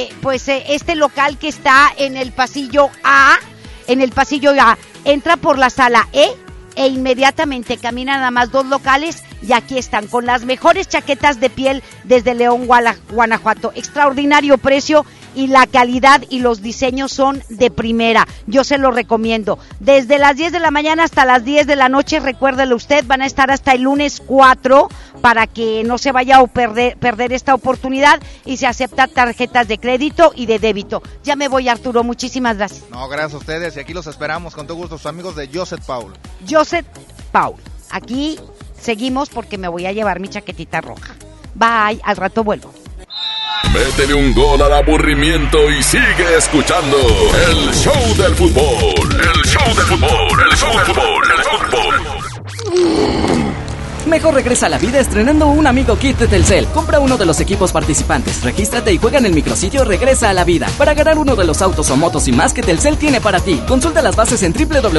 este local que está en el pasillo A. Entra por la sala e inmediatamente camina nada más 2 locales y aquí están con las mejores chaquetas de piel desde León, Guanajuato. Extraordinario precio y la calidad y los diseños son de primera. Yo se lo recomiendo. Desde las 10 de la mañana hasta las 10 de la noche, recuérdelo usted, van a estar hasta el lunes 4 para que no se vaya a perder esta oportunidad, y se aceptan tarjetas de crédito y de débito. Ya me voy, Arturo, muchísimas gracias. No, gracias a ustedes, y aquí los esperamos con todo gusto, sus amigos de Joseph Paul. Joseph Paul. Aquí seguimos porque me voy a llevar mi chaquetita roja. Bye, al rato vuelvo. Métele un gol al aburrimiento y sigue escuchando el show del fútbol. El show del fútbol, el show del fútbol, el show del fútbol. Mejor regresa a la vida estrenando un amigo kit de Telcel. Compra uno de los equipos participantes, regístrate y juega en el micrositio Regresa a la Vida para ganar uno de los autos o motos y más que Telcel tiene para ti. Consulta las bases en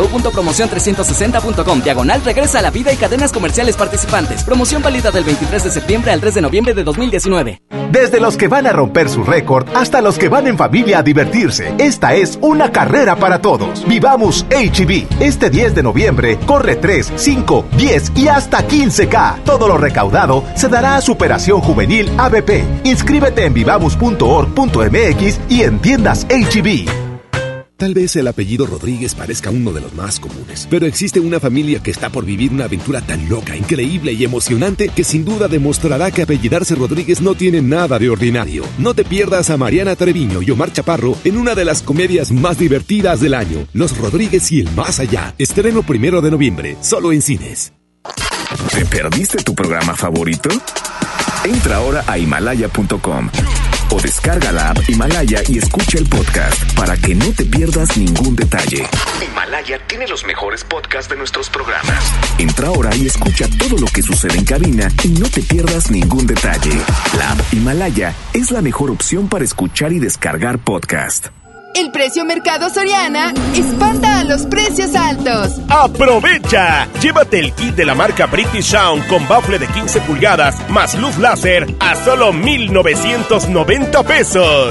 www.promocion360.com/Regresa a la Vida y cadenas comerciales participantes. Promoción válida del 23 de septiembre al 3 de noviembre de 2019. Desde los que van a romper su récord hasta los que van en familia a divertirse, esta es una carrera para todos. Vivamos H-E-B. Este 10 de noviembre corre 3, 5, 10 y hasta 15K. Todo lo recaudado se dará a Superación Juvenil ABP. Inscríbete en vivamos.org.mx y en tiendas H-E-B. Tal vez el apellido Rodríguez parezca uno de los más comunes, pero existe una familia que está por vivir una aventura tan loca, increíble y emocionante que sin duda demostrará que apellidarse Rodríguez no tiene nada de ordinario. No te pierdas a Mariana Treviño y Omar Chaparro en una de las comedias más divertidas del año, Los Rodríguez y el Más Allá. Estreno 1 de noviembre, solo en cines. ¿Te perdiste tu programa favorito? Entra ahora a Himalaya.com o descarga la app Himalaya y escucha el podcast para que no te pierdas ningún detalle. Himalaya tiene los mejores podcasts de nuestros programas. Entra ahora y escucha todo lo que sucede en cabina y no te pierdas ningún detalle. La app Himalaya es la mejor opción para escuchar y descargar podcast. El precio Mercado Soriana espanta a los precios altos. ¡Aprovecha! Llévate el kit de la marca British Sound con bafle de 15 pulgadas más luz láser a solo 1,990 pesos.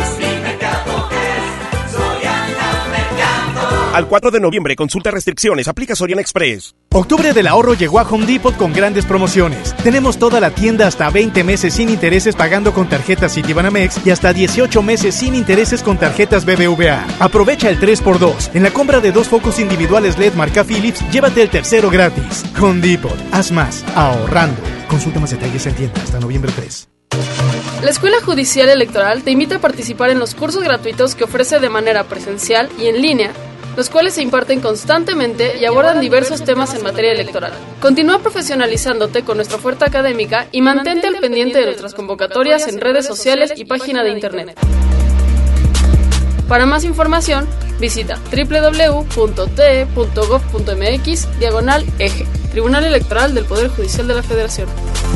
Al 4 de noviembre, consulta restricciones, aplica Soriana Express. Octubre del ahorro llegó a Home Depot con grandes promociones. Tenemos toda la tienda hasta 20 meses sin intereses pagando con tarjetas Citibanamex y hasta 18 meses sin intereses con tarjetas BBVA. Aprovecha el 3x2. En la compra de 2 focos individuales LED marca Philips, llévate el tercero gratis. Home Depot, haz más, ahorrando. Consulta más detalles en tienda hasta noviembre 3. La Escuela Judicial Electoral te invita a participar en los cursos gratuitos que ofrece de manera presencial y en línea, los cuales se imparten constantemente y abordan diversos temas en materia electoral. Continúa profesionalizándote con nuestra oferta académica y mantente al pendiente de nuestras convocatorias en redes sociales y página de internet. Para más información, visita www.te.gov.mx/eje, Tribunal Electoral del Poder Judicial de la Federación.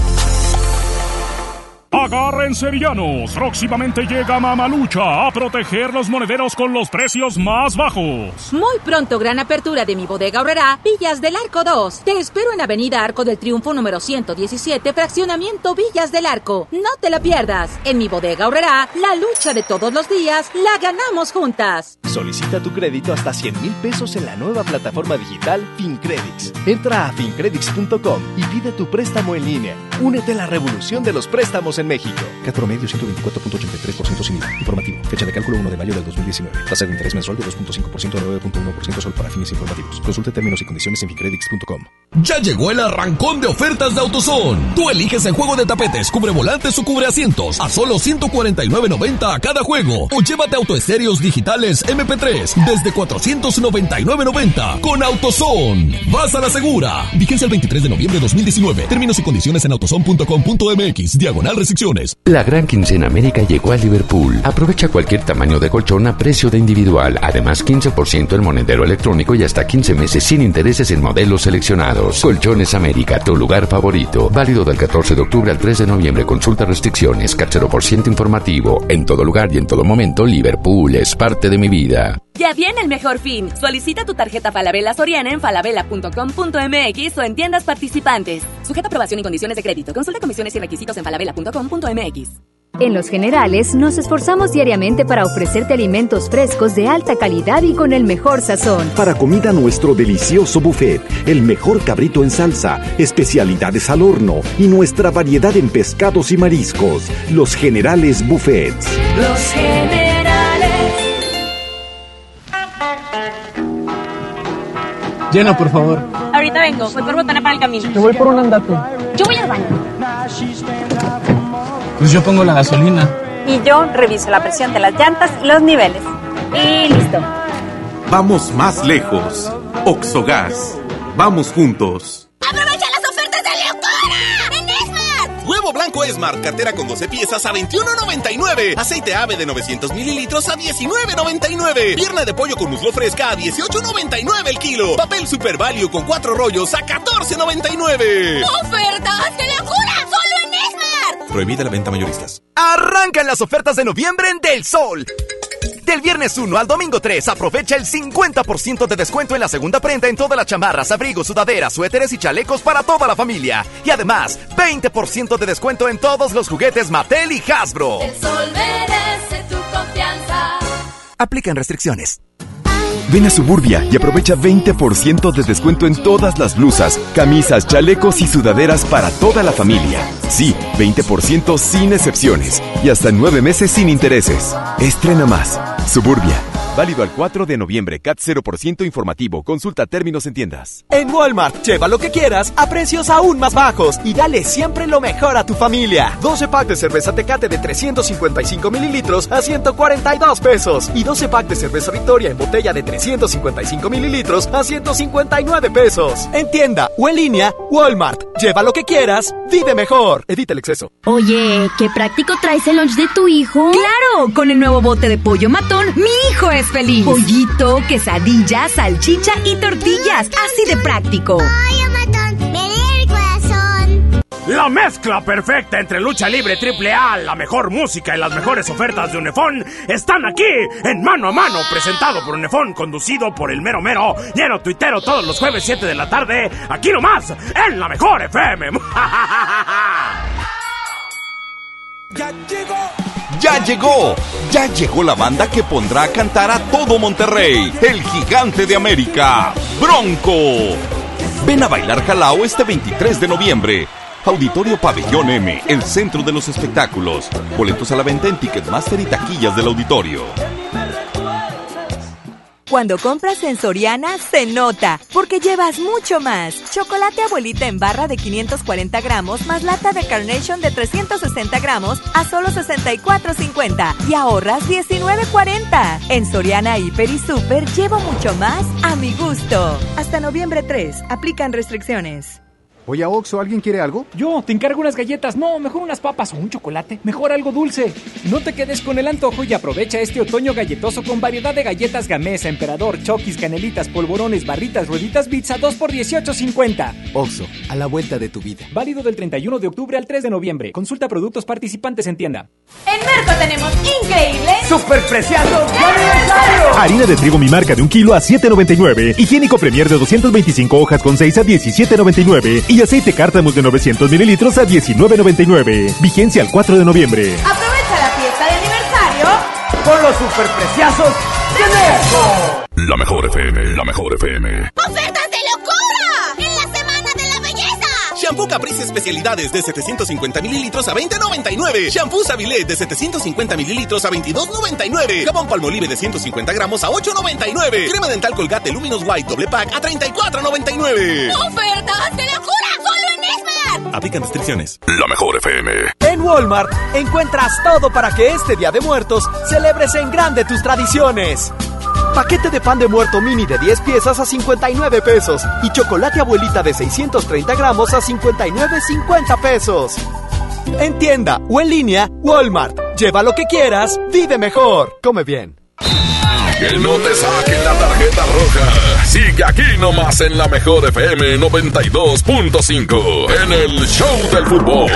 Agárrense villanos, próximamente llega Mamalucha a proteger los monederos con los precios más bajos. Muy pronto, gran apertura de mi bodega Aurrerá, Villas del Arco 2. Te espero en Avenida Arco del Triunfo número 117, fraccionamiento Villas del Arco. No te la pierdas. En mi bodega Aurrerá, la lucha de todos los días la ganamos juntas. Solicita tu crédito hasta 100,000 pesos en la nueva plataforma digital FinCredits. Entra a fincredits.com y pide tu préstamo en línea. Únete a la revolución de los préstamos en México. CAT promedio 124.83% sin IVA. Informativo. Fecha de cálculo 1 de mayo del 2019. Tasa de interés mensual de 2.5% a 9.1% solo para fines informativos. Consulte términos y condiciones en fincredits.com. Ya llegó el arrancón de ofertas de AutoZone. Tú eliges el juego de tapetes, cubre volantes o cubre asientos a solo $149.90 a cada juego. O llévate autoestéreos digitales MP3 desde $499.90 con AutoZone. Vas a la segura. Vigencia el 23 de noviembre de 2019. Términos y condiciones en autozone.com.mx/restricciones. La gran quincena América llegó a Liverpool. Aprovecha cualquier tamaño de colchón a precio de individual. Además, 15% en monedero electrónico y hasta 15 meses sin intereses en modelos seleccionados. Colchones América, tu lugar favorito. Válido del 14 de octubre al 3 de noviembre. Consulta restricciones. CAT 0% informativo. En todo lugar y en todo momento, Liverpool es parte de mi vida. Ya viene el mejor fin. Solicita tu tarjeta Falabella Soriana en falabella.com.mx o en tiendas participantes. Sujeta a aprobación y condiciones de crédito. Consulta comisiones y requisitos en falabella.com.mx. En Los Generales nos esforzamos diariamente para ofrecerte alimentos frescos de alta calidad y con el mejor sazón. Para comida, nuestro delicioso buffet, el mejor cabrito en salsa, especialidades al horno y nuestra variedad en pescados y mariscos. Los Generales Buffets. Los Generales. Lleno, por favor. Ahorita vengo, voy por botana para el camino. Yo voy por un andate. Yo voy al baño. Pues yo pongo la gasolina. Y yo reviso la presión de las llantas y los niveles. Y listo. Vamos más lejos. Oxogas. Vamos juntos. ¡Aprovecha las ofertas de locura! ¡En Esmart! Huevo blanco Esmart, cartera con 12 piezas a $21.99. Aceite ave de 900 mililitros a $19.99. Pierna de pollo con muslo fresca a $18.99 el kilo. Papel Super Value con 4 rollos a $14.99. ¡Ofertas de locura! ¡Solo en Esmart! Prohibida la venta mayoristas. Arrancan las ofertas de noviembre en Del Sol. Del viernes 1 al domingo 3, aprovecha el 50% de descuento en la segunda prenda en todas las chamarras, abrigos, sudaderas, suéteres y chalecos para toda la familia. Y además, 20% de descuento en todos los juguetes Mattel y Hasbro. El Sol merece tu confianza. Aplican restricciones. Ven a Suburbia y aprovecha 20% de descuento en todas las blusas, camisas, chalecos y sudaderas para toda la familia. Sí, 20% sin excepciones y hasta 9 meses sin intereses. Estrena más. Suburbia. Válido al 4 de noviembre. CAT 0% informativo. Consulta términos en tiendas. En Walmart, lleva lo que quieras a precios aún más bajos y dale siempre lo mejor a tu familia. 12 packs de cerveza Tecate de 355 mililitros a $142 y 12 packs de cerveza Victoria en botella de 355 mililitros a $159. En tienda o en línea, Walmart. Lleva lo que quieras, vive mejor. Evita el exceso. Oye, qué práctico traes el lunch de tu hijo. ¡Claro! Con el nuevo bote de pollo Matón, mi hijo es feliz. Pollito, quesadilla, salchicha y tortillas. Así de práctico. Pollo Matón, me lee el corazón. La mezcla perfecta entre lucha libre AAA, la mejor música y las mejores ofertas de Unefón están aquí en Mano a Mano, presentado por Unefón, conducido por el mero mero, lleno tuitero todos los jueves 7 de la tarde, aquí nomás, en la mejor FM. Ya llegó la banda que pondrá a cantar a todo Monterrey, el Gigante de América, Bronco. Ven a bailar Jalao este 23 de noviembre. Auditorio Pabellón M, el centro de los espectáculos. Boletos a la venta en Ticketmaster y taquillas del auditorio. Cuando compras en Soriana, se nota, porque llevas mucho más. Chocolate abuelita en barra de 540 gramos, más lata de Carnation de 360 gramos a solo $64.50 y ahorras $19.40. En Soriana, Hiper y Super, llevo mucho más a mi gusto. Hasta noviembre 3, aplican restricciones. Oye, Oxxo, ¿alguien quiere algo? Yo, te encargo unas galletas. No, mejor unas papas o un chocolate. Mejor algo dulce. No te quedes con el antojo y aprovecha este otoño galletoso con variedad de galletas Gamesa, Emperador, Chokis, Canelitas, Polvorones, Barritas, Rueditas, Bits a 2 por $18.50. Oxxo, a la vuelta de tu vida. Válido del 31 de octubre al 3 de noviembre. Consulta productos participantes en tienda. En Merco tenemos increíble ¡superpreciazos de aniversario! Harina de trigo Mi Marca de 1 kilo a $7.99. Higiénico Premier de 225 hojas con 6 a $17.99. Y aceite Cártamus de 900 mililitros a $19.99. Vigencia al 4 de noviembre. Aprovecha la fiesta de aniversario con los superpreciazos de Merco. La mejor FM, la mejor FM. ¡Ofertas de locura! ¡En la Semana de la Belleza! Shampoo Caprice especialidades de 750 mililitros a $20.99. Shampoo Savilé de 750 mililitros a $22.99. Jabón Palmolive de 150 gramos a $8.99. Crema dental Colgate Luminous White doble pack a $34.99. ¡Ofertas de locura! ¡Solo en Esmart! Aplican restricciones. La mejor FM. En Walmart encuentras todo para que este Día de Muertos celebres en grande tus tradiciones. Paquete de pan de muerto mini de 10 piezas a $59 y chocolate abuelita de 630 gramos a $59.50. En tienda o en línea, Walmart. Lleva lo que quieras, vive mejor. Come bien. Que no te saquen la tarjeta roja. Sigue aquí nomás en la mejor FM 92.5 en el Show del Fútbol.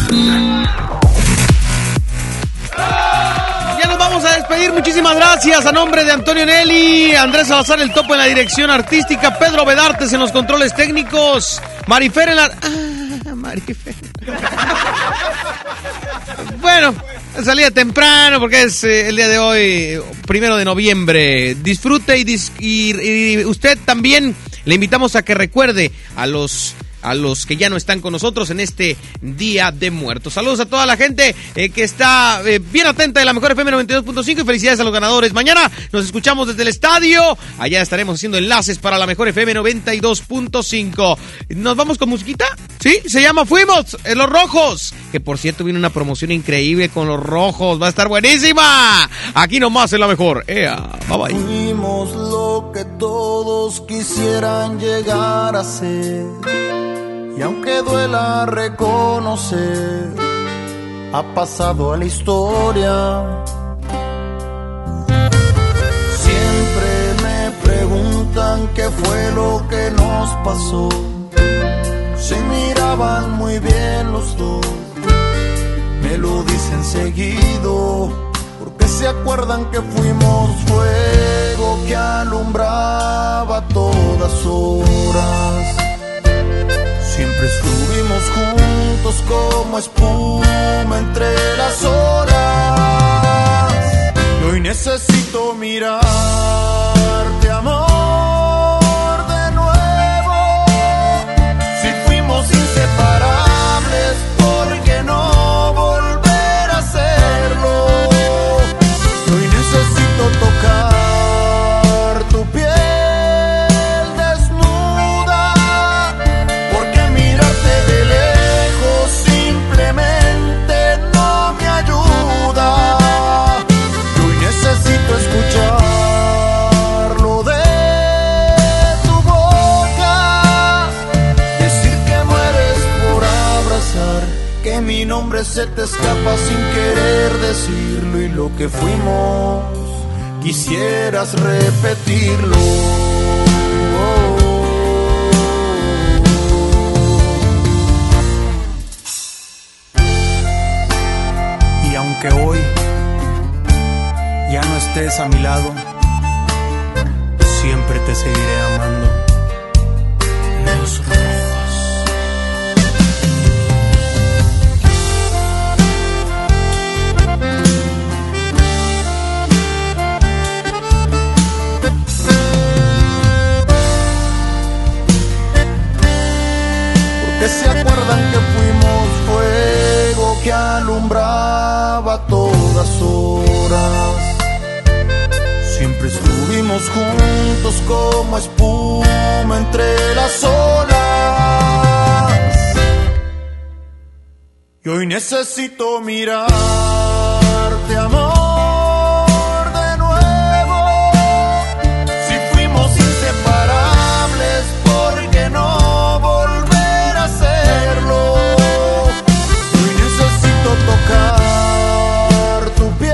Vamos a despedir, muchísimas gracias a nombre de Antonio Nelly, Andrés Salazar el Topo en la dirección artística, Pedro Bedartes en los controles técnicos, Marifer en la... Marifer. Bueno, salía temprano porque es el día de hoy, 1 de noviembre. Disfrute y usted también le invitamos a que recuerde a a los que ya no están con nosotros en este Día de Muertos. Saludos a toda la gente que está bien atenta de la mejor FM 92.5 y felicidades a los ganadores. Mañana nos escuchamos desde el estadio. Allá estaremos haciendo enlaces para la mejor FM 92.5. ¿Nos vamos con musiquita? Sí, se llama Fuimos, Los Rojos. Que por cierto viene una promoción increíble con Los Rojos. Va a estar buenísima. Aquí nomás en la mejor. Bye bye. Fuimos lo que todos quisieran llegar a ser. Y aunque duela reconocer, ha pasado a la historia. Siempre me preguntan qué fue lo que nos pasó. Se miraban muy bien los dos, me lo dicen seguido, porque se acuerdan que fuimos fuego que alumbraba a todas horas. Siempre estuvimos juntos como espuma entre las horas. Y hoy necesito mirarte, amor, de nuevo. Si fuimos inseparables, ¿por qué no volver a hacerlo? Y hoy necesito tocar tu piel. Escucharlo de tu boca, decir que mueres por abrazar, que mi nombre se te escapa sin querer decirlo, y lo que fuimos quisieras repetirlo. Y aunque hoy ya no estés a mi lado, siempre te seguiré amando. Los Rojos. Porque se acuerdan que fuimos fuego que alumbraba a todas horas. Siempre estuvimos juntos como espuma entre las olas. Y hoy necesito mirarte, amor, de nuevo. Si fuimos inseparables, ¿por qué no volver a hacerlo? Hoy necesito tocar tu piel.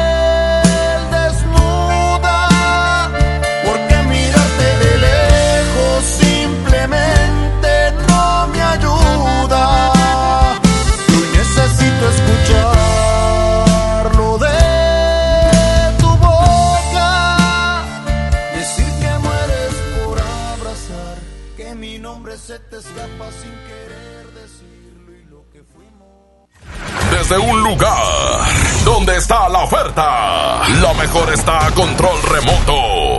Escucharlo de tu boca, decir que mueres por abrazar, que mi nombre se te escapa sin querer decirlo, y lo que fuimos. Desde un lugar donde está la oferta, lo mejor está a control remoto.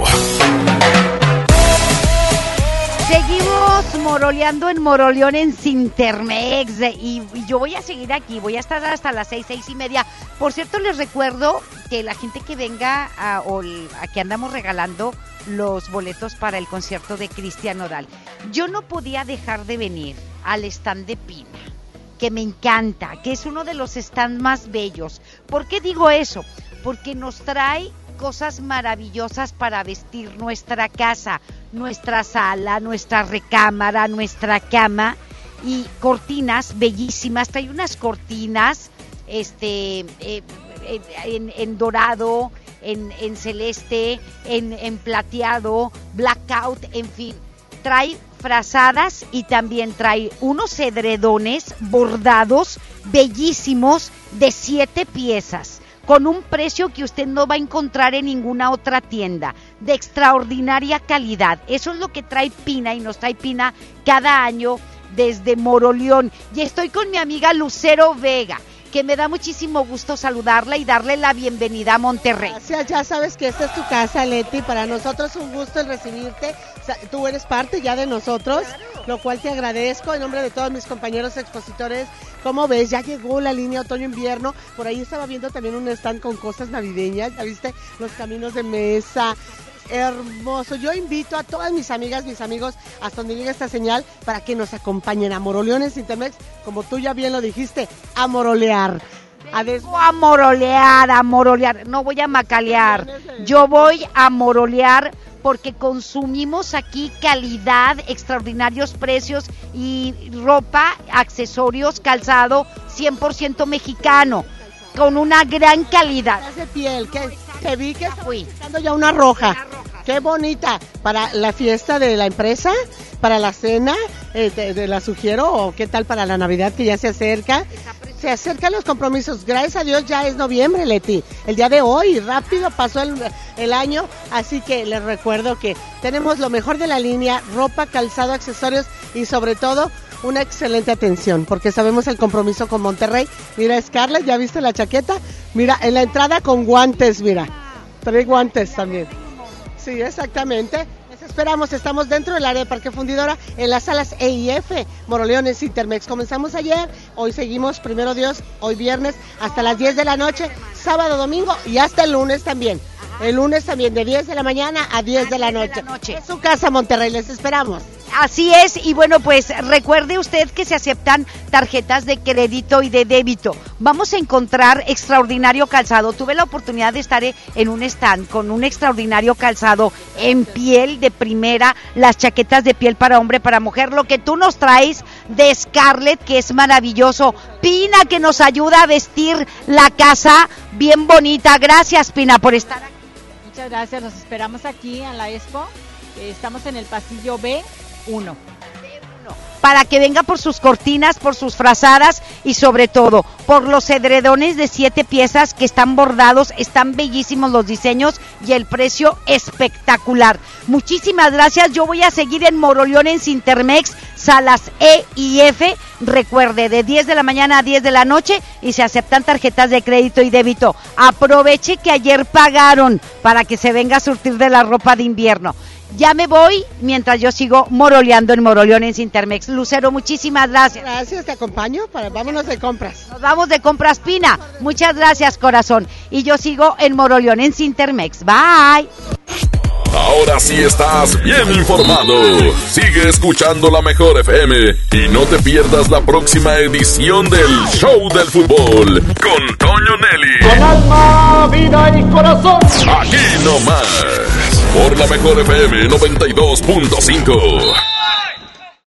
Seguimos moroleando en Moroleón en Cintermex y yo voy a seguir aquí, voy a estar hasta las 6:30. Por cierto, les recuerdo que la gente que venga aquí andamos regalando los boletos para el concierto de Cristian Nodal. Yo no podía dejar de venir al stand de Pina, que me encanta, que es uno de los stands más bellos. ¿Por qué digo eso? Porque nos trae cosas maravillosas para vestir nuestra casa, nuestra sala, nuestra recámara, nuestra cama, y cortinas bellísimas. Trae unas cortinas en dorado, en celeste, en plateado, blackout, en fin. Trae frazadas y también trae unos edredones bordados bellísimos de 7 piezas. Con un precio que usted no va a encontrar en ninguna otra tienda, de extraordinaria calidad. Eso es lo que trae Pina, y nos trae Pina cada año desde Moroleón. Y estoy con mi amiga Lucero Vega, que me da muchísimo gusto saludarla y darle la bienvenida a Monterrey. Gracias, ya sabes que esta es tu casa, Leti. Para nosotros es un gusto el recibirte. tú eres parte ya de nosotros, lo cual te agradezco en nombre de todos mis compañeros expositores. ¿Cómo ves? Ya llegó la línea otoño-invierno. Por ahí estaba viendo también un stand con cosas navideñas. ¿Ya viste? Los caminos de mesa. Hermoso. Yo invito a todas mis amigas, mis amigos, hasta donde llegue esta señal, para que nos acompañen a Moroleones Intermex, como tú ya bien lo dijiste, a morolear. A morolear. No voy a macalear. Yo voy a morolear porque consumimos aquí calidad, extraordinarios precios y ropa, accesorios, calzado 100% mexicano, con una gran calidad. De piel, que vi que fui dando ya una roja. Qué bonita, para la fiesta de la empresa, para la cena, te la sugiero, o qué tal para la Navidad que ya se acerca. Se acercan los compromisos, gracias a Dios ya es noviembre, Leti, el día de hoy, rápido pasó el año, así que les recuerdo que tenemos lo mejor de la línea, ropa, calzado, accesorios y sobre todo una excelente atención, porque sabemos el compromiso con Monterrey. Mira, Scarlett, ¿ya viste la chaqueta? Mira, en la entrada con guantes, mira, trae guantes también. Sí, exactamente. Esperamos, estamos dentro del área de Parque Fundidora, en las salas E y F, Moroleones Intermex. Comenzamos ayer, hoy seguimos, primero Dios, hoy viernes, hasta las 10 de la noche, sábado, domingo y hasta el lunes también. El lunes también, de 10 de la mañana a 10 de la noche. En su casa, Monterrey, les esperamos. Así es, y bueno, pues recuerde usted que se aceptan tarjetas de crédito y de débito. Vamos a encontrar extraordinario calzado. Tuve la oportunidad de estar en un stand con un extraordinario calzado en piel de primera, las chaquetas de piel para hombre, para mujer, lo que tú nos traes de Scarlett, que es maravilloso. Pina, que nos ayuda a vestir la casa bien bonita. Gracias, Pina, por estar aquí. Muchas gracias, los esperamos aquí en la Expo. Estamos en el pasillo B1. Para que venga por sus cortinas, por sus frazadas y sobre todo por los edredones de 7 piezas que están bordados, están bellísimos los diseños y el precio espectacular. Muchísimas gracias, yo voy a seguir en Moroleones Intermex, salas E y F, recuerde, de 10 de la mañana a 10 de la noche y se aceptan tarjetas de crédito y débito. Aproveche que ayer pagaron para que se venga a surtir de la ropa de invierno. Ya me voy mientras yo sigo moroleando en Moroleones Intermex. Lucero, muchísimas gracias. Gracias, te acompaño, vámonos de compras. Nos vamos de compras, Pina. Muchas gracias, corazón. Y yo sigo en Moroleones Intermex. Bye. Ahora sí estás bien informado. Sigue escuchando la mejor FM y no te pierdas la próxima edición del Show del Fútbol con Toño Nelly. Con alma, vida y corazón. Aquí nomás, por la mejor FM 92.5.